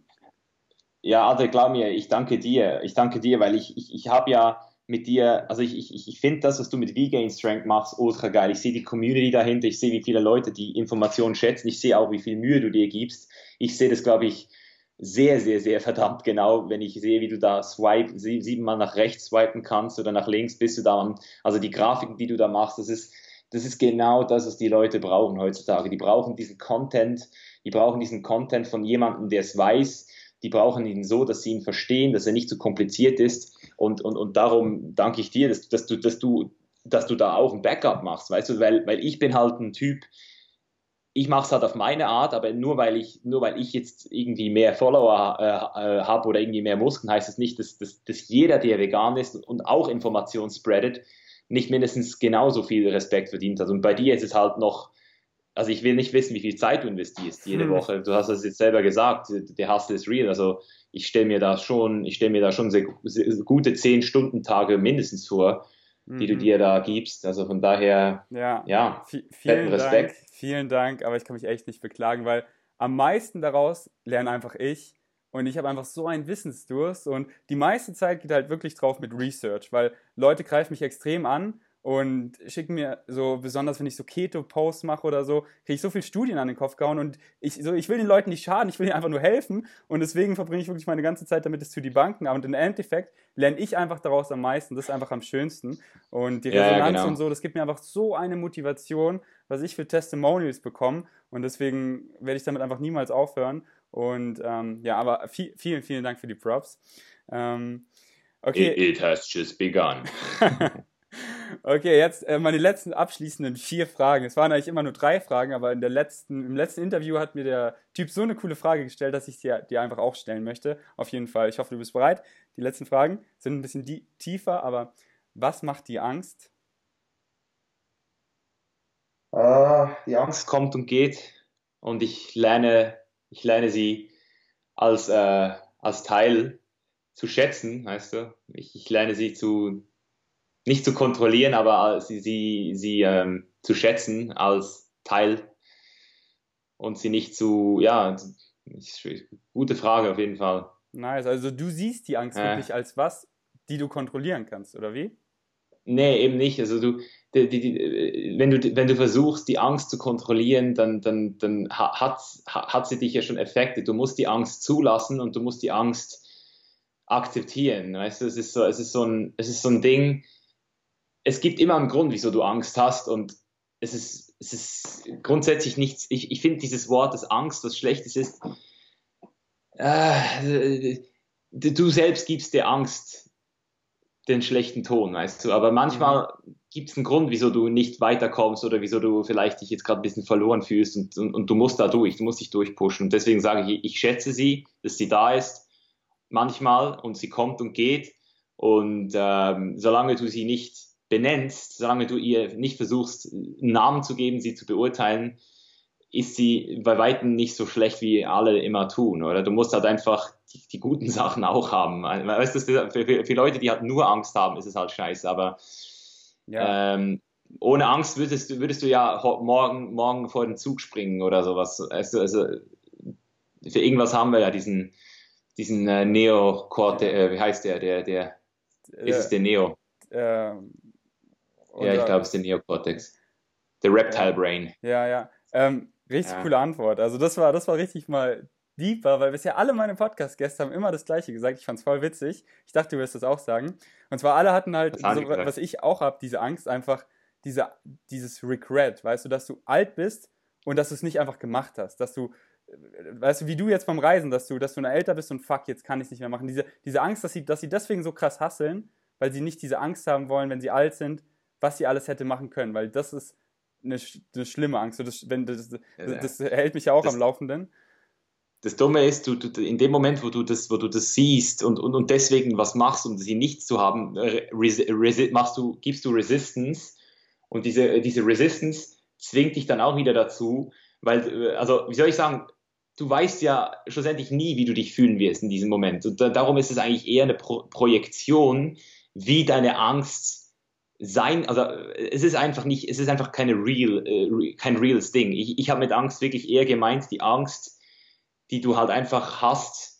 Ja, Alter, glaub mir, ich danke dir. Ich danke dir, weil ich, ich, ich habe ja mit dir, also ich, ich, ich finde das, was du mit V-Gain Strength machst, ultra geil. Ich sehe die Community dahinter, ich sehe, wie viele Leute die Informationen schätzen, ich sehe auch, wie viel Mühe du dir gibst. Ich sehe das, glaube ich, sehr, sehr, sehr verdammt genau, wenn ich sehe, wie du da swipe, sie- siebenmal nach rechts swipen kannst oder nach links, bist du da am, also die Grafiken, die du da machst, das ist, das ist genau das, was die Leute brauchen heutzutage. Die brauchen diesen Content, die brauchen diesen Content von jemandem, der es weiß. Die brauchen ihn so, dass sie ihn verstehen, dass er nicht zu kompliziert ist. Und, und, und darum danke ich dir, dass, dass, du, dass, du, dass du da auch ein Backup machst, weißt du, weil, weil ich bin halt ein Typ, ich mache es halt auf meine Art, aber nur weil ich, nur weil ich jetzt irgendwie mehr Follower äh, äh, habe oder irgendwie mehr Muskeln, heißt es das nicht, dass, dass, dass jeder, der vegan ist und auch Informationen spreadet, nicht mindestens genauso viel Respekt verdient hat. Und bei dir ist es halt noch, also ich will nicht wissen, wie viel Zeit du investierst jede Hm. Woche. Du hast es jetzt selber gesagt, der Hustle ist real. Also ich stelle mir da schon, ich stelle mir da schon sehr, sehr gute zehn Stunden Tage mindestens vor, die du Mhm. dir da gibst. Also von daher, Ja, ja, vi- fetten vielen Dank, Respekt. vielen Dank, aber ich kann mich echt nicht beklagen, weil am meisten daraus lerne einfach ich und ich habe einfach so einen Wissensdurst und die meiste Zeit geht halt wirklich drauf mit Research, weil Leute greifen mich extrem an und schicken mir so, besonders wenn ich so Keto-Posts mache oder so, kriege ich so viel Studien an den Kopf gehauen und ich, so, ich will den Leuten nicht schaden, ich will ihnen einfach nur helfen und deswegen verbringe ich wirklich meine ganze Zeit damit, es zu debunken, aber im Endeffekt lerne ich einfach daraus am meisten, das ist einfach am schönsten. Und die Ja, ja, Resonanz genau. und so, das gibt mir einfach so eine Motivation, was ich für Testimonials bekomme. Und deswegen werde ich damit einfach niemals aufhören. Und ähm, ja, aber vi- vielen, vielen Dank für die Props. Ähm, okay. It, it has just begun. Okay, jetzt äh, meine letzten abschließenden vier Fragen. Es waren eigentlich immer nur drei Fragen, aber in der letzten, im letzten Interview hat mir der Typ so eine coole Frage gestellt, dass ich dir, dir einfach auch stellen möchte. Auf jeden Fall. Ich hoffe, du bist bereit. Die letzten Fragen sind ein bisschen die, tiefer, aber was macht dir Angst? Ah, die Angst kommt und geht und ich lerne, ich lerne sie als, äh, als Teil zu schätzen, weißt du. Ich, ich lerne sie zu, nicht zu kontrollieren, aber sie, sie, sie ähm, zu schätzen als Teil und sie nicht zu, ja, ich, gute Frage auf jeden Fall. Nice. Also du siehst die Angst Äh, wirklich als was, die du kontrollieren kannst, oder wie? Nee, eben nicht. Also du, die, die, die, wenn du, wenn du versuchst, die Angst zu kontrollieren, dann, dann, dann ha- hat, ha- hat sie dich ja schon Effekte. Du musst die Angst zulassen und du musst die Angst akzeptieren. Weißt du, es ist so, es ist so ein, es ist so ein Ding. Es gibt immer einen Grund, wieso du Angst hast und es ist, es ist grundsätzlich nichts. Ich, ich finde dieses Wort, das Angst, was Schlechtes ist, äh, du selbst gibst dir Angst den schlechten Ton, weißt du. Aber Mhm. manchmal gibt es einen Grund, wieso du nicht weiterkommst oder wieso du vielleicht dich jetzt gerade ein bisschen verloren fühlst und, und, und du musst da durch, du musst dich durchpushen. Und deswegen sage ich, ich schätze sie, dass sie da ist manchmal und sie kommt und geht. Und ähm, solange du sie nicht benennst, solange du ihr nicht versuchst, einen Namen zu geben, sie zu beurteilen, ist sie bei Weitem nicht so schlecht, wie alle immer tun, oder? Du musst halt einfach die, die guten Sachen auch haben. Weißt du, für, für, für Leute, die halt nur Angst haben, ist es halt scheiße, aber ja. ähm, ohne Angst würdest du, würdest du ja morgen, morgen vor den Zug springen oder sowas. Also, also für irgendwas haben wir ja diesen, diesen äh, Neokorte, äh, wie heißt der, der, der, äh, ist es der Neo? Äh, ja, ich glaube, es ist der Neokortex. Der Reptile ja, Brain. Ja, ja. Ähm, richtig ja. coole Antwort. Also das war, das war richtig mal deeper, weil bisher alle meine Podcast-Gäste haben immer das Gleiche gesagt. Ich fand's voll witzig. Ich dachte, du wirst das auch sagen. Und zwar alle hatten halt, so, was ich auch habe, diese Angst einfach, diese, dieses Regret, weißt du, dass du alt bist und dass du es nicht einfach gemacht hast. Dass du, weißt du, wie du jetzt beim Reisen, dass du, dass du älter bist und fuck, jetzt kann ich es nicht mehr machen. Diese, diese Angst, dass sie, dass sie deswegen so krass hasseln, weil sie nicht diese Angst haben wollen, wenn sie alt sind, was sie alles hätte machen können. Weil das ist eine, eine schlimme Angst. Das, wenn, das, das, das hält mich ja auch das, am Laufenden. Das Dumme ist, du, du, in dem Moment, wo du das, wo du das siehst und, und, und deswegen was machst, um sie nicht zu haben, res, res, machst du, gibst du Resistance und diese, diese Resistance zwingt dich dann auch wieder dazu, weil, also wie soll ich sagen, du weißt ja schlussendlich nie, wie du dich fühlen wirst in diesem Moment. Und da, darum ist es eigentlich eher eine Pro Projektion, wie deine Angst sein, also es ist einfach nicht, es ist einfach keine real, äh, kein reales Ding. Ich, ich habe mit Angst wirklich eher gemeint, die Angst, die du halt einfach hast,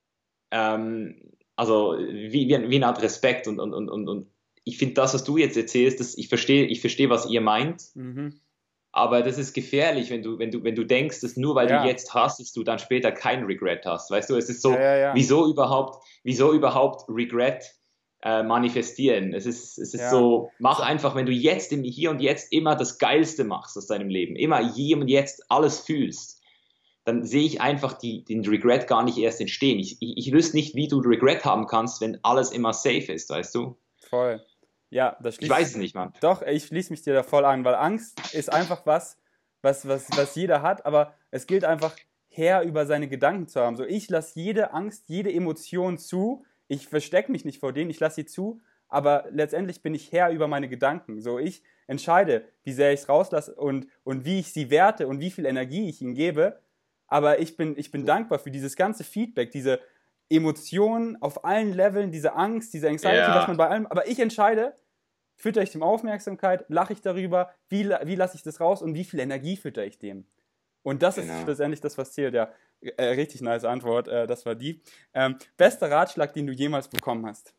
ähm, also wie, wie, wie eine Art Respekt und, und, und, und ich finde das, was du jetzt erzählst, das, ich verstehe, ich verstehe, was ihr meint, mhm. aber das ist gefährlich, wenn du, wenn du, wenn du denkst, dass nur weil ja. du jetzt hast, dass du dann später kein Regret hast, weißt du, es ist so, ja, ja, ja. wieso überhaupt, wieso überhaupt Regret äh, manifestieren, es ist, es ist ja. so, mach so. einfach, wenn du jetzt im Hier und Jetzt immer das Geilste machst aus deinem Leben, immer hier und jetzt alles fühlst, dann sehe ich einfach die, den Regret gar nicht erst entstehen. Ich, ich, ich wüsste nicht, wie du Regret haben kannst, wenn alles immer safe ist, weißt du? Voll. Ja, das schließt, ich weiß es nicht, Mann. Doch, ich schließe mich dir da voll an, weil Angst ist einfach was, was, was, was jeder hat, aber es gilt einfach, Herr über seine Gedanken zu haben. So, ich lasse jede Angst, jede Emotion zu, ich verstecke mich nicht vor denen, ich lasse sie zu, aber letztendlich bin ich Herr über meine Gedanken. So, ich entscheide, wie sehr ich es rauslasse und, und wie ich sie werte und wie viel Energie ich ihnen gebe. Aber ich bin, ich bin dankbar für dieses ganze Feedback, diese Emotionen auf allen Leveln, diese Angst, diese Anxiety, yeah. dass man bei allem, aber ich entscheide, fütter ich dem Aufmerksamkeit, lache ich darüber, wie, wie lasse ich das raus und wie viel Energie fütter ich dem. Und das genau. ist letztendlich das, was zählt. Ja, äh, richtig nice Antwort, äh, das war die. Ähm, bester Ratschlag, den du jemals bekommen hast?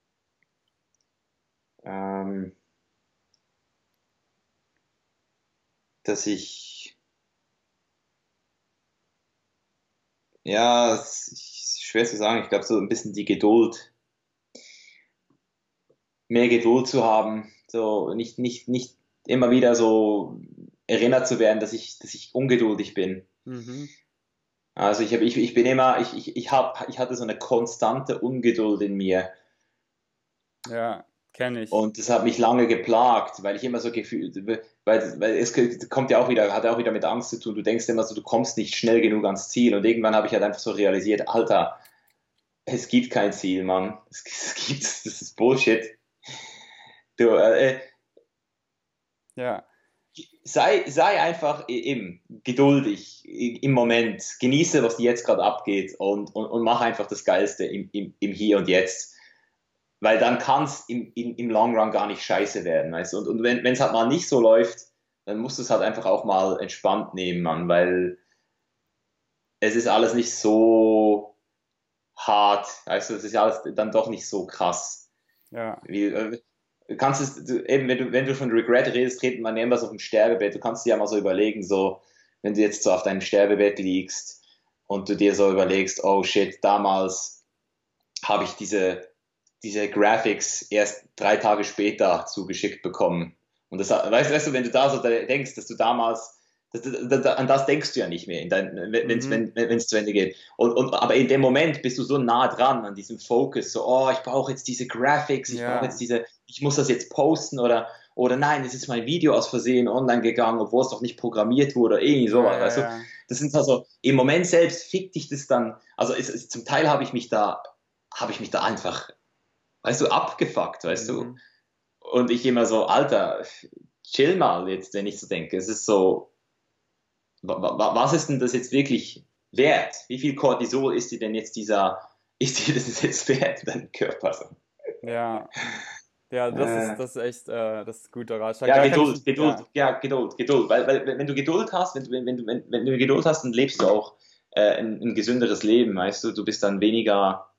Ähm, dass ich Ja, es ist schwer zu sagen. Ich glaube, so ein bisschen die Geduld, mehr Geduld zu haben, so nicht, nicht, nicht immer wieder so erinnert zu werden, dass ich, dass ich ungeduldig bin. Mhm. Also ich, hab, ich, ich bin immer, ich, ich, ich, hab, ich hatte so eine konstante Ungeduld in mir. Ja, kenne ich. Und das hat mich lange geplagt, weil ich immer so gefühlt, weil, weil es kommt ja auch wieder, hat ja auch wieder mit Angst zu tun. Du denkst immer so, du kommst nicht schnell genug ans Ziel. Und irgendwann habe ich halt einfach so realisiert, Alter, es gibt kein Ziel, Mann. Es, es gibt, das ist Bullshit. Du, äh, ja. Sei, sei einfach im, geduldig im Moment. Genieße, was jetzt gerade abgeht und, und, und mach einfach das Geilste im, im, im Hier und Jetzt. Weil dann kann es im, im, im Long Run gar nicht scheiße werden, weißt du? Und, und wenn es halt mal nicht so läuft, dann musst du es halt einfach auch mal entspannt nehmen, Mann, weil es ist alles nicht so hart, weißt du, es ist alles dann doch nicht so krass. Ja. Wie, äh, du kannst es, du, eben, wenn du, wenn du von Regret redest, redet man immer so auf dem Sterbebett, du kannst dir ja mal so überlegen, so, wenn du jetzt so auf deinem Sterbebett liegst und du dir so überlegst, oh shit, damals habe ich diese diese Graphics erst drei Tage später zugeschickt bekommen. Und das, weißt, weißt du, wenn du da so denkst, dass du damals, das, das, an das denkst du ja nicht mehr, wenn es mhm. wenn, zu Ende geht. Und, und, aber in dem Moment bist du so nah dran an diesem Focus, so, oh, ich brauche jetzt diese Graphics, ich ja. brauche jetzt diese, ich muss das jetzt posten oder, oder nein, es ist mein Video aus Versehen online gegangen, obwohl es doch nicht programmiert wurde, oder irgendwie sowas, Ja, weißt ja, du? ja. Das sind also, im Moment selbst fickt dich das dann, also es, es, zum Teil habe ich mich da, habe ich mich da einfach, weißt du, abgefuckt, weißt du? Mhm. Und ich immer so, Alter, chill mal jetzt, wenn ich so denke. Es ist so, wa- wa- was ist denn das jetzt wirklich wert? Wie viel Cortisol ist dir denn jetzt dieser, ist dir das jetzt wert in deinem Körper? So? Ja, ja, das ist, Äh, das ist echt, äh, das ist ein guter Ratschlag. ja, Da kann ich, Geduld, Geduld, ja, ja, Geduld, Geduld. Weil, weil wenn du Geduld hast, wenn du, wenn, wenn, du- wenn, wenn du Geduld hast, dann lebst du auch äh, ein, ein gesünderes Leben, weißt du? Du bist dann weniger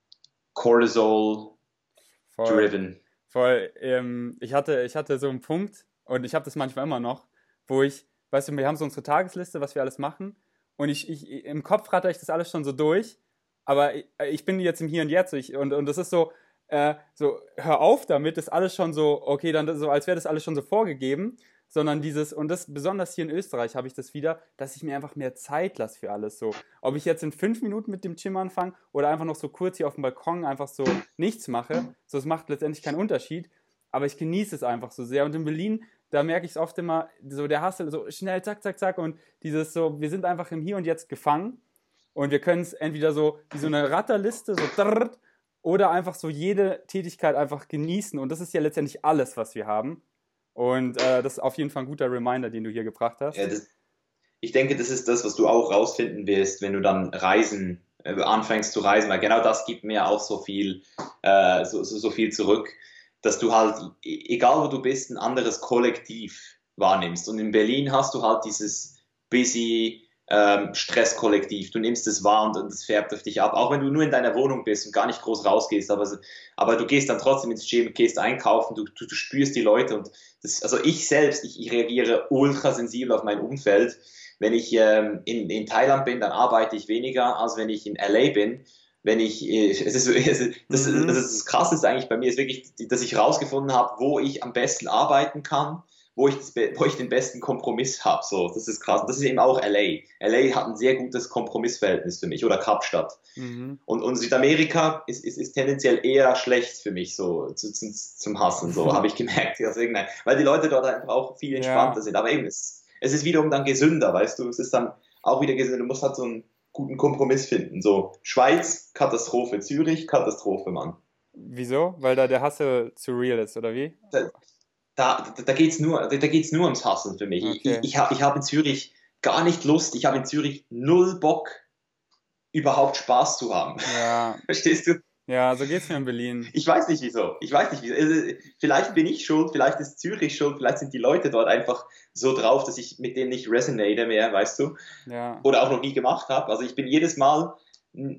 Cortisol-driven. voll. Voll, ähm, ich hatte, ich hatte so einen Punkt und ich habe das manchmal immer noch, wo ich, weißt du, wir haben so unsere Tagesliste, was wir alles machen und ich, ich im Kopf ratter ich das alles schon so durch, aber ich, ich bin jetzt im Hier und Jetzt ich, und, und das ist so, äh, so, hör auf damit, ist alles schon so, okay, dann so, als wäre das alles schon so vorgegeben, sondern dieses, und das besonders hier in Österreich habe ich das wieder, dass ich mir einfach mehr Zeit lasse für alles so. Ob ich jetzt in fünf Minuten mit dem Gym anfange oder einfach noch so kurz hier auf dem Balkon einfach so nichts mache, so es macht letztendlich keinen Unterschied, aber ich genieße es einfach so sehr. Und in Berlin, da merke ich es oft immer, so der Hustle, so schnell, zack, zack, zack und dieses so, wir sind einfach im Hier und Jetzt gefangen und wir können es entweder so wie so eine Ratterliste, so drrrt, oder einfach so jede Tätigkeit einfach genießen und das ist ja letztendlich alles, was wir haben. Und äh, das ist auf jeden Fall ein guter Reminder, den du hier gebracht Ja, hast. das, ich denke, das ist das, was du auch rausfinden wirst, wenn du dann reisen, äh, anfängst zu reisen, weil genau das gibt mir auch so viel, äh, so, so, so viel zurück, dass du halt, e- egal wo du bist, ein anderes Kollektiv wahrnimmst. Und in Berlin hast du halt dieses busy ähm, Stresskollektiv. Du nimmst es wahr und, und es färbt auf dich ab, auch wenn du nur in deiner Wohnung bist und gar nicht groß rausgehst, aber, aber du gehst dann trotzdem ins Gym, gehst einkaufen, du, du, du spürst die Leute und das, also ich selbst, ich, ich reagiere ultra sensibel auf mein Umfeld. Wenn ich ähm, in, in Thailand bin, dann arbeite ich weniger, als wenn ich in L A bin. Wenn ich, äh, es ist, so- es ist, das, ist, das, Mhm. ist, das Krasseste eigentlich bei mir ist wirklich, dass ich herausgefunden habe, wo ich am besten arbeiten kann, wo ich, das, wo ich den besten Kompromiss habe. So, das ist krass. Das ist eben auch L A. L A hat ein sehr gutes Kompromissverhältnis für mich oder Kapstadt. Mhm. Und, und Südamerika ist, ist, ist tendenziell eher schlecht für mich so zu, zu, zum Hassen, so habe ich gemerkt. Also irgendein, weil die Leute dort einfach auch viel entspannter Ja, sind. Aber eben, es, es ist wiederum dann gesünder, weißt du? Es ist dann auch wieder gesünder. Du musst halt so einen guten Kompromiss finden. So, Schweiz, Katastrophe. Zürich, Katastrophe, Mann. wieso? Weil da der Hustle zu real ist, oder wie? Da, da, da geht es nur, da geht's nur ums Hassen für mich. Ich, ich, Okay. ich habe ich hab in Zürich gar nicht Lust, ich habe in Zürich null Bock, überhaupt Spaß zu haben. Ja, Verstehst du? ja, so geht's mir in Berlin. Ich weiß nicht wieso. Ich weiß nicht wieso. Also, vielleicht bin ich schuld, vielleicht ist Zürich schuld, vielleicht sind die Leute dort einfach so drauf, dass ich mit denen nicht resonate mehr, weißt du? Ja. Oder auch noch nie gemacht habe. Also ich bin jedes Mal um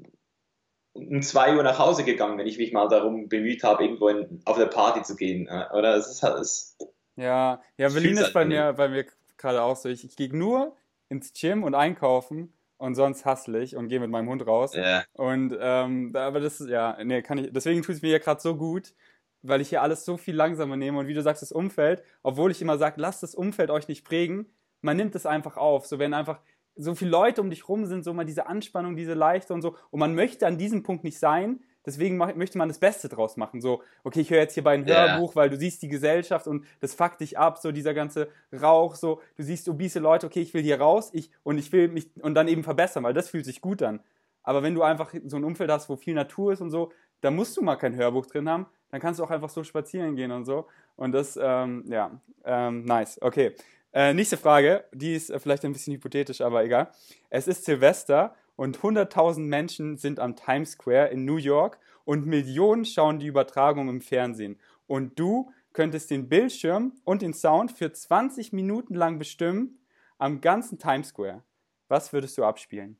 um zwei Uhr nach Hause gegangen, wenn ich mich mal darum bemüht habe, irgendwo in, auf eine Party zu gehen. äh, Oder es ist halt, es, Ja, ja, ich fühle Berlin es ist einfach bei nicht. mir, bei mir gerade auch so. Ich, ich gehe nur ins Gym und einkaufen und sonst hustle ich und gehe mit meinem Hund raus. Ja, Und ähm, da- aber das ist ja, nee, kann ich, deswegen tut es mir ja gerade so gut, weil ich hier alles so viel langsamer nehme und wie du sagst, das Umfeld, obwohl ich immer sage, lasst das Umfeld euch nicht prägen, man nimmt es einfach auf. So wenn einfach so viele Leute um dich rum sind, so mal diese Anspannung, diese Leichte und so, und man möchte an diesem Punkt nicht sein, deswegen mach, möchte man das Beste draus machen. So, okay, ich höre jetzt hier bei einem ja, Hörbuch, weil du siehst die Gesellschaft und das fuckt dich ab, so dieser ganze Rauch, so, du siehst obese Leute, okay, ich will hier raus, ich, und ich will mich, und dann eben verbessern, weil das fühlt sich gut an. Aber wenn du einfach so ein Umfeld hast, wo viel Natur ist und so, da musst du mal kein Hörbuch drin haben, dann kannst du auch einfach so spazieren gehen und so. Und das, ähm, ja, ähm, nice. Okay. Äh, nächste Frage, die ist äh, vielleicht ein bisschen hypothetisch, aber egal. Es ist Silvester und hunderttausend Menschen sind am Times Square in New York und Millionen schauen die Übertragung im Fernsehen. Und du könntest den Bildschirm und den Sound für zwanzig Minuten lang bestimmen am ganzen Times Square. Was würdest du abspielen?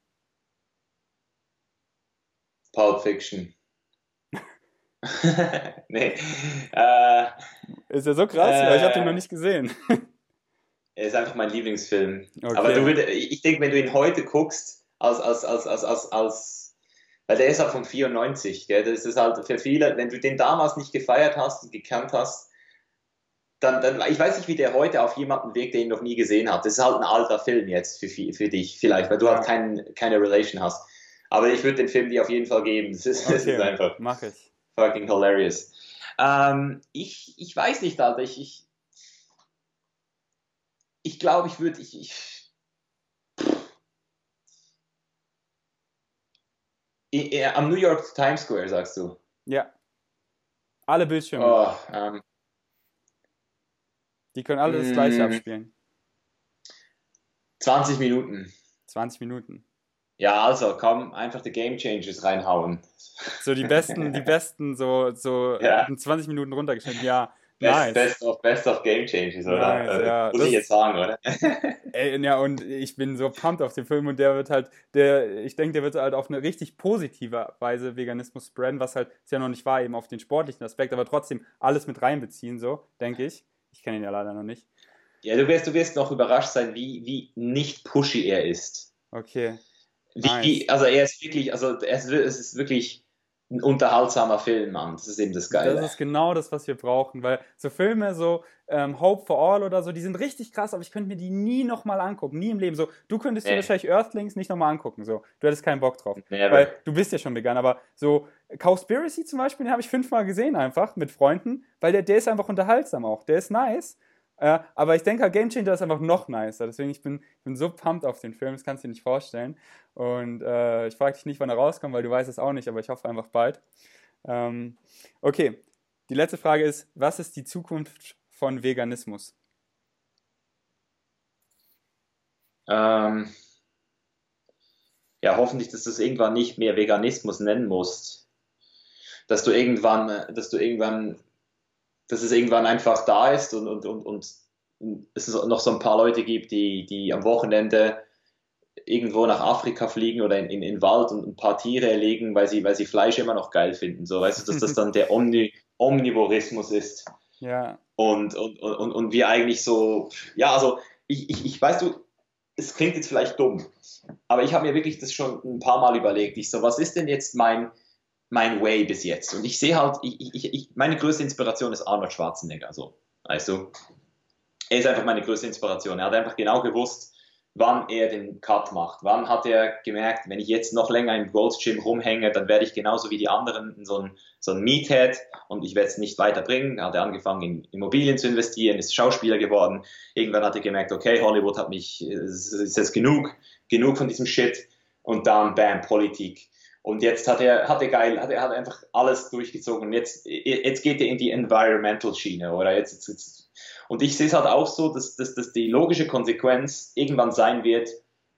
Pulp Fiction. Nee. Äh, Ist ja so krass, weil ich habe den noch äh, nicht gesehen. Er ist einfach mein Lieblingsfilm. Aber du Okay. würd, ich denke, wenn du ihn heute guckst, als, als, als, als, als, als weil der ist halt von vierundneunzig, gell? Das ist halt für viele, wenn du den damals nicht gefeiert hast und gekannt hast, dann, dann, ich weiß nicht, wie der heute auf jemanden wirkt, der ihn noch nie gesehen hat. Das ist halt ein alter Film jetzt für, für dich, vielleicht, weil du halt Ja, kein, keine Relation hast. Aber ich würde den Film dir auf jeden Fall geben. Das ist, das ist okay, einfach mache ich. fucking hilarious. Ähm, ich, ich weiß nicht, Alter. Ich, ich, ich glaube, ich würde, ich, ich, ich, am New York Times Square, sagst du? Ja, alle Bildschirme. Oh, ähm, Die können alle das Gleiche mh, abspielen. zwanzig Minuten. zwanzig Minuten. Ja, also komm, einfach die Game Changers reinhauen. So die besten, die besten, so, so Ja, in zwanzig Minuten runtergeschnitten. Ja, best, nice. best of best of Game Changers, oder? Nice, Äh, ja. muss ich jetzt Das, sagen, oder? ey, ja, und ich bin so pumped auf den Film und der wird halt, der, ich denke, der wird halt auf eine richtig positive Weise Veganismus spreaden, was halt ist ja noch nicht war, eben auf den sportlichen Aspekt, aber trotzdem alles mit reinbeziehen, so, denke ich. Ich kenne ihn ja leider noch nicht. Ja, du wirst, du wirst noch überrascht sein, wie, wie nicht pushy er ist. Okay, Wie, nice. wie, also er ist wirklich, also er ist, es ist wirklich ein unterhaltsamer Film, Mann. Das ist eben das Das Geile. ist genau das, was wir brauchen, weil so Filme, so ähm, Hope for All oder so, die sind richtig krass, aber ich könnte mir die nie nochmal angucken, nie im Leben. So, du könntest dir Nee, wahrscheinlich Earthlings nicht nochmal angucken, so, du hättest keinen Bock drauf, never. weil du bist ja schon vegan, aber so Cowspiracy zum Beispiel, den habe ich fünfmal gesehen einfach mit Freunden, weil der, der ist einfach unterhaltsam auch, der ist nice, äh, aber ich denke halt Game Changer ist einfach noch nicer, deswegen ich bin, ich bin so pumped auf den Film, das kannst du dir nicht vorstellen und äh, ich frage dich nicht, wann er rauskommt, weil du weißt es auch nicht, aber ich hoffe einfach bald. Ähm, okay, die letzte Frage ist, was ist die Zukunft von Veganismus? Ähm, ja, hoffentlich, dass du es irgendwann nicht mehr Veganismus nennen musst. Dass du irgendwann, äh, dass du irgendwann, dass es irgendwann einfach da ist und, und, und, und es noch so ein paar Leute gibt, die, die am Wochenende irgendwo nach Afrika fliegen oder in, in, in den Wald und ein paar Tiere erlegen, weil sie, weil sie Fleisch immer noch geil finden. So, weißt du, dass das dann der Omni, Omnivorismus ist. Ja, Und, und, und, und wir eigentlich so, ja, also ich, ich, ich weiß du, es klingt jetzt vielleicht dumm, aber ich habe mir wirklich das schon ein paar Mal überlegt. Ich so, was ist denn jetzt mein, mein Way bis jetzt? Und ich sehe halt, ich, ich, ich, meine größte Inspiration ist Arnold Schwarzenegger, so, weißt du? Er ist einfach meine größte Inspiration. Er hat einfach genau gewusst, wann er den Cut macht. Wann hat er gemerkt, wenn ich jetzt noch länger im Gold's Gym rumhänge, dann werde ich genauso wie die anderen so ein, so ein Meathead und ich werde es nicht weiterbringen. Er hat angefangen, in Immobilien zu investieren, ist Schauspieler geworden. Irgendwann hat er gemerkt, okay, Hollywood hat mich, es ist jetzt genug, genug von diesem Shit. Und dann, bam, Politik. Und jetzt hat er, hat er geil, hat er hat einfach alles durchgezogen. Und jetzt, jetzt geht er in die Environmental-Schiene, oder jetzt, jetzt, jetzt und ich sehe es halt auch so, dass, dass, dass die logische Konsequenz irgendwann sein wird,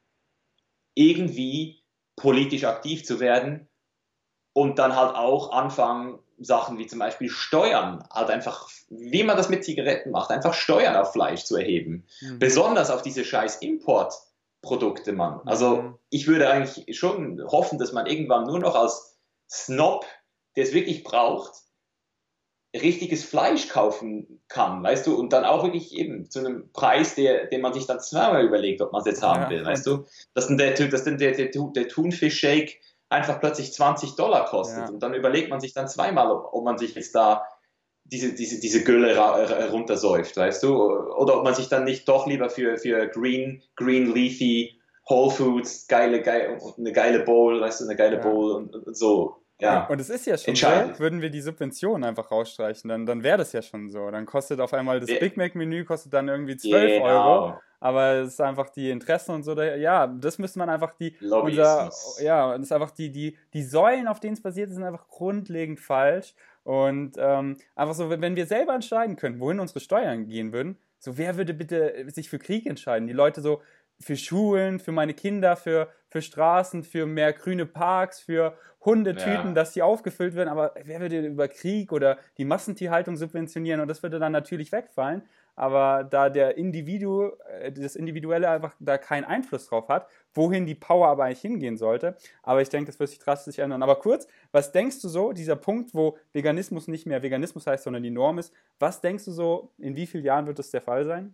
irgendwie politisch aktiv zu werden und dann halt auch anfangen, Sachen wie zum Beispiel Steuern, halt einfach, wie man das mit Zigaretten macht, einfach Steuern auf Fleisch zu erheben. Mhm. Besonders auf diese scheiß Importprodukte, Mann. Also mhm. ich würde eigentlich schon hoffen, dass man irgendwann nur noch als Snob, der es wirklich braucht, richtiges Fleisch kaufen kann, weißt du, und dann auch wirklich eben zu einem Preis, der, den man sich dann zweimal überlegt, ob man es jetzt haben ja, will, weißt du, dass dann der, dass dann der, der, der Thunfisch-Shake einfach plötzlich zwanzig Dollar kostet ja. Und dann überlegt man sich dann zweimal, ob, ob man sich jetzt da diese, diese, diese Gülle runtersäuft, weißt du, oder ob man sich dann nicht doch lieber für, für Green, Green Leafy, Whole Foods, geile, geile, eine geile Bowl, weißt du, eine geile ja. Bowl und, und so. Ja, und es ist ja schon so, würden wir die Subventionen einfach rausstreichen, dann, dann wäre das ja schon so. Dann kostet auf einmal das yeah. Big Mac-Menü kostet dann irgendwie zwölf yeah, Euro, genau. Aber es ist einfach die Interessen und so, ja, das müsste man einfach die, unser, ja, das ist einfach die, die, die Säulen, auf denen es basiert, sind einfach grundlegend falsch. Und ähm, einfach so, wenn wir selber entscheiden könnten, wohin unsere Steuern gehen würden, so wer würde bitte sich für Krieg entscheiden? Die Leute so, für Schulen, für meine Kinder, für, für Straßen, für mehr grüne Parks, für Hundetüten, ja. dass die aufgefüllt werden, aber wer würde über Krieg oder die Massentierhaltung subventionieren und das würde dann natürlich wegfallen, aber da der Individu, das Individuelle einfach da keinen Einfluss drauf hat, wohin die Power aber eigentlich hingehen sollte, aber ich denke, das wird sich drastisch ändern. Aber kurz, was denkst du so, dieser Punkt, wo Veganismus nicht mehr Veganismus heißt, sondern die Norm ist, was denkst du so, in wie vielen Jahren wird das der Fall sein?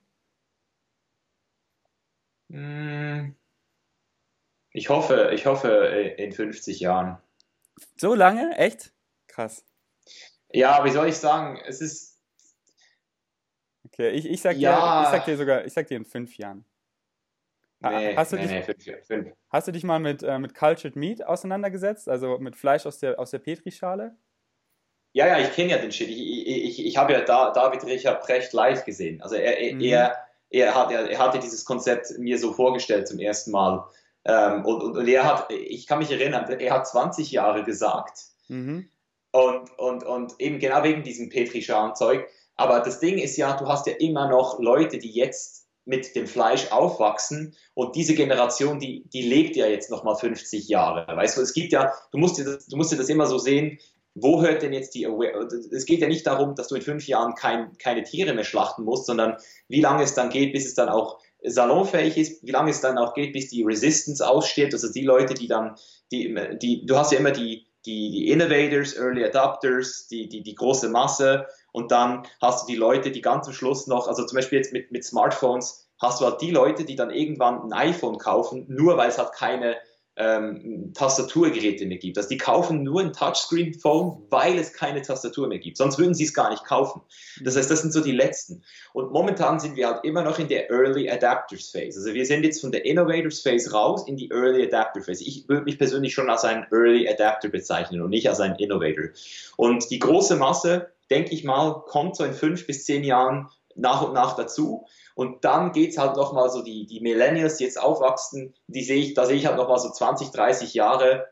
Ich hoffe, ich hoffe in fünfzig Jahren. So lange? Echt? Krass. Ja, wie soll ich sagen? Es ist. Okay, ich, ich, sag, ja, dir, ich sag dir sogar, ich sag dir in fünf Jahren. Nee, hast du nee, dich, nee, fünf, fünf. Hast du dich mal mit, äh, mit Cultured Meat auseinandergesetzt? Also mit Fleisch aus der, aus der Petrischale? Ja, ja, ich kenne ja den Shit. Ich, ich, ich, ich habe ja da, David Richard Precht live gesehen. Also er, mhm. er, er, hat, er, er hatte dieses Konzept mir so vorgestellt zum ersten Mal. Ähm, und, und, und er hat, ich kann mich erinnern, er hat zwanzig Jahre gesagt. Mhm. Und, und, und eben genau wegen diesem Petri-Schalen-Zeug. Aber das Ding ist ja, du hast ja immer noch Leute, die jetzt mit dem Fleisch aufwachsen und diese Generation, die, die lebt ja jetzt nochmal fünfzig Jahre. Weißt du, es gibt ja, du musst dir das, du musst dir das immer so sehen, wo hört denn jetzt die Awareness? Es geht ja nicht darum, dass du in fünf Jahren kein, keine Tiere mehr schlachten musst, sondern wie lange es dann geht, bis es dann auch salonfähig ist, wie lange es dann auch geht, bis die Resistance aussteht. Also die Leute, die dann, die, die, du hast ja immer die, die, die Innovators, Early Adopters, die, die, die große Masse und dann hast du die Leute, die ganz am Schluss noch, also zum Beispiel jetzt mit, mit Smartphones, hast du halt die Leute, die dann irgendwann ein iPhone kaufen, nur weil es halt keine Ähm, Tastaturgeräte mehr gibt. Also die kaufen nur ein Touchscreen-Phone, weil es keine Tastatur mehr gibt. Sonst würden sie es gar nicht kaufen. Das heißt, das sind so die letzten. Und momentan sind wir halt immer noch in der Early Adapters Phase. Also wir sind jetzt von der Innovators Phase raus in die Early Adapter Phase. Ich würde mich persönlich schon als einen Early Adapter bezeichnen und nicht als einen Innovator. Und die große Masse, denke ich mal, kommt so in fünf bis zehn Jahren nach und nach dazu. Und dann geht es halt nochmal so, die, die Millennials, die jetzt aufwachsen, die sehe ich, da sehe ich halt nochmal so zwanzig, dreißig Jahre,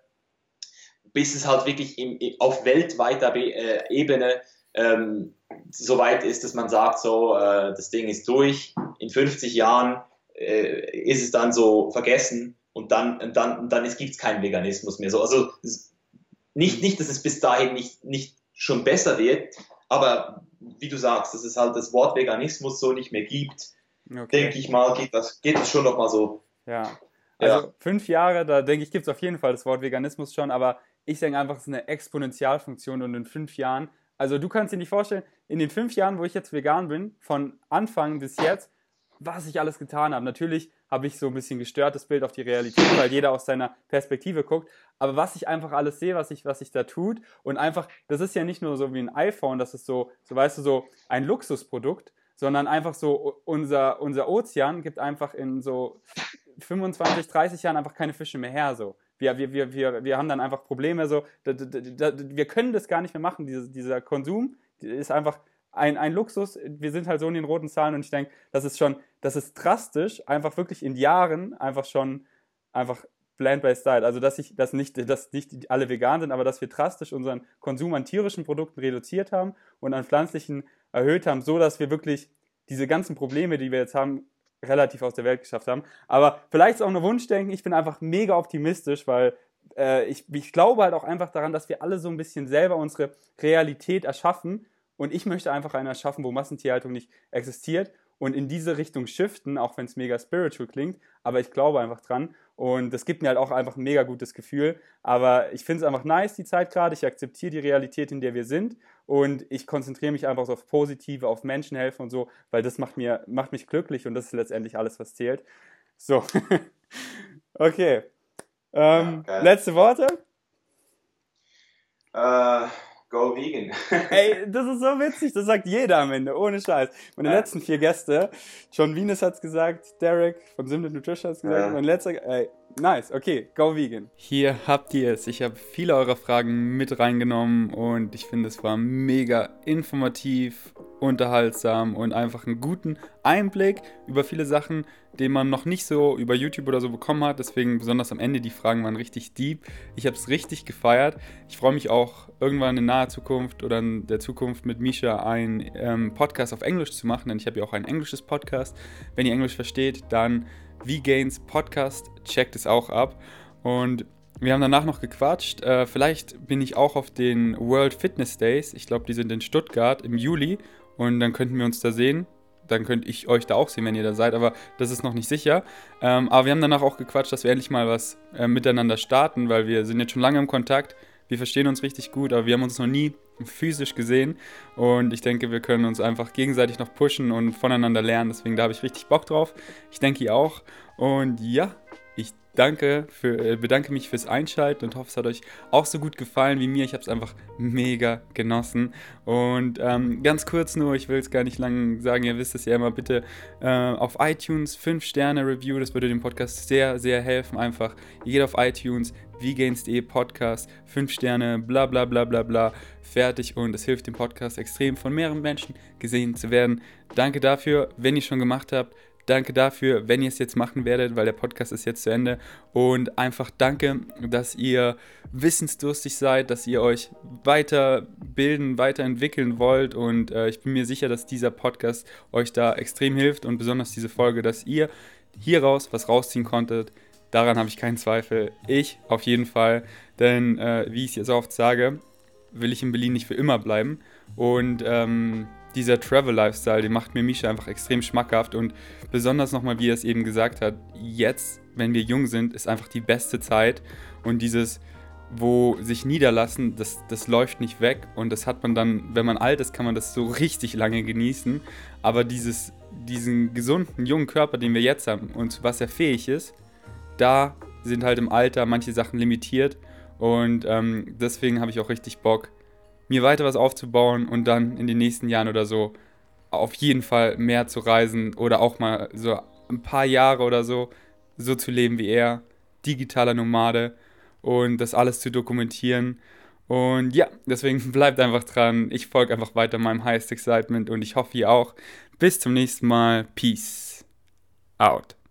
bis es halt wirklich im, auf weltweiter Be- äh, Ebene ähm, so weit ist, dass man sagt, so, äh, das Ding ist durch, in fünfzig Jahren äh, ist es dann so vergessen und dann, dann, dann gibt es keinen Veganismus mehr. So, also nicht, nicht, dass es bis dahin nicht, nicht schon besser wird, aber wie du sagst, dass es halt das Wort Veganismus so nicht mehr gibt, okay. denke ich mal, geht das, geht das schon nochmal so. Ja, also ja. fünf Jahre, da denke ich, gibt es auf jeden Fall das Wort Veganismus schon, aber ich denke einfach, es ist eine Exponentialfunktion und in fünf Jahren, also du kannst dir nicht vorstellen, in den fünf Jahren, wo ich jetzt vegan bin, von Anfang bis jetzt, was ich alles getan habe. Natürlich habe ich so ein bisschen gestörtes Bild auf die Realität, weil jeder aus seiner Perspektive guckt. Aber was ich einfach alles sehe, was ich, was ich da tut und einfach, das ist ja nicht nur so wie ein iPhone, das ist so, so weißt du, so ein Luxusprodukt, sondern einfach so, unser, unser Ozean gibt einfach in so fünfundzwanzig, dreißig Jahren einfach keine Fische mehr her, so. Wir, wir, wir, wir, wir haben dann einfach Probleme, so, da, da, da, wir können das gar nicht mehr machen, diese, dieser Konsum ist einfach Ein, ein Luxus, wir sind halt so in den roten Zahlen und ich denke, das ist schon, das ist drastisch, einfach wirklich in Jahren einfach schon, einfach plant-based diet, also dass ich, dass nicht, dass nicht alle vegan sind, aber dass wir drastisch unseren Konsum an tierischen Produkten reduziert haben und an pflanzlichen erhöht haben, so dass wir wirklich diese ganzen Probleme, die wir jetzt haben, relativ aus der Welt geschafft haben. Aber vielleicht ist es auch nur Wunschdenken, ich bin einfach mega optimistisch, weil äh, ich, ich glaube halt auch einfach daran, dass wir alle so ein bisschen selber unsere Realität erschaffen. Und ich möchte einfach eine erschaffen, wo Massentierhaltung nicht existiert und in diese Richtung shiften, auch wenn es mega spiritual klingt. Aber ich glaube einfach dran und das gibt mir halt auch einfach ein mega gutes Gefühl. Aber ich finde es einfach nice, die Zeit gerade. Ich akzeptiere die Realität, in der wir sind und ich konzentriere mich einfach so auf Positive, auf Menschen helfen und so, weil das macht, mir, macht mich glücklich und das ist letztendlich alles, was zählt. So, okay. Ähm, ja, letzte Worte? Äh... Go vegan. Ey, das ist so witzig, das sagt jeder am Ende, ohne Scheiß. Meine ja. letzten vier Gäste, John Venus hat's gesagt, Derek von Simple Nutrition hat's gesagt, ja. mein letzter, ey, nice, okay, go vegan. Hier habt ihr es, ich habe viele eurer Fragen mit reingenommen und ich finde, es war mega informativ, unterhaltsam und einfach einen guten Einblick über viele Sachen, den man noch nicht so über YouTube oder so bekommen hat. Deswegen besonders am Ende, die Fragen waren richtig deep. Ich habe es richtig gefeiert. Ich freue mich auch, irgendwann in naher Zukunft oder in der Zukunft mit Misha einen ähm, Podcast auf Englisch zu machen, denn ich habe ja auch ein englisches Podcast. Wenn ihr Englisch versteht, dann Vegans Podcast, checkt es auch ab. Und wir haben danach noch gequatscht. Äh, vielleicht bin ich auch auf den World Fitness Days. Ich glaube, die sind in Stuttgart im Juli. Und dann könnten wir uns da sehen. Dann könnte ich euch da auch sehen, wenn ihr da seid. Aber das ist noch nicht sicher. Ähm, aber wir haben danach auch gequatscht, dass wir endlich mal was äh, miteinander starten, weil wir sind jetzt schon lange im Kontakt. Wir verstehen uns richtig gut, aber wir haben uns noch nie physisch gesehen. Und ich denke, wir können uns einfach gegenseitig noch pushen und voneinander lernen. Deswegen, da habe ich richtig Bock drauf. Ich denke, ihr auch. Und ja, ich danke für, äh, bedanke mich fürs Einschalten und hoffe, es hat euch auch so gut gefallen wie mir. Ich habe es einfach mega genossen. Und ähm, ganz kurz nur, ich will es gar nicht lang sagen, ihr wisst es ja immer, bitte äh, auf iTunes fünf Sterne Review, das würde dem Podcast sehr, sehr helfen. Einfach, ihr geht auf iTunes, vgains.de Podcast, fünf Sterne, bla bla bla bla bla, fertig, und es hilft dem Podcast extrem, von mehreren Menschen gesehen zu werden. Danke dafür, wenn ihr es schon gemacht habt. Danke dafür, wenn ihr es jetzt machen werdet, weil der Podcast ist jetzt zu Ende. Und einfach danke, dass ihr wissensdurstig seid, dass ihr euch weiterbilden, weiterentwickeln wollt. Und äh, ich bin mir sicher, dass dieser Podcast euch da extrem hilft und besonders diese Folge, dass ihr hieraus was rausziehen konntet. Daran habe ich keinen Zweifel. Ich auf jeden Fall, denn äh, wie ich es jetzt oft sage, will ich in Berlin nicht für immer bleiben. Und ähm, dieser Travel-Lifestyle, den macht mir Misha einfach extrem schmackhaft, und besonders nochmal, wie er es eben gesagt hat, jetzt, wenn wir jung sind, ist einfach die beste Zeit, und dieses, wo sich niederlassen, das, das läuft nicht weg, und das hat man dann, wenn man alt ist, kann man das so richtig lange genießen, aber dieses, diesen gesunden, jungen Körper, den wir jetzt haben und zu was er fähig ist, da sind halt im Alter manche Sachen limitiert, und ähm, deswegen habe ich auch richtig Bock, mir weiter was aufzubauen und dann in den nächsten Jahren oder so auf jeden Fall mehr zu reisen oder auch mal so ein paar Jahre oder so so zu leben wie er, digitaler Nomade, und das alles zu dokumentieren. Und ja, deswegen bleibt einfach dran. Ich folge einfach weiter meinem Highest Excitement, und ich hoffe ihr auch. Bis zum nächsten Mal. Peace out.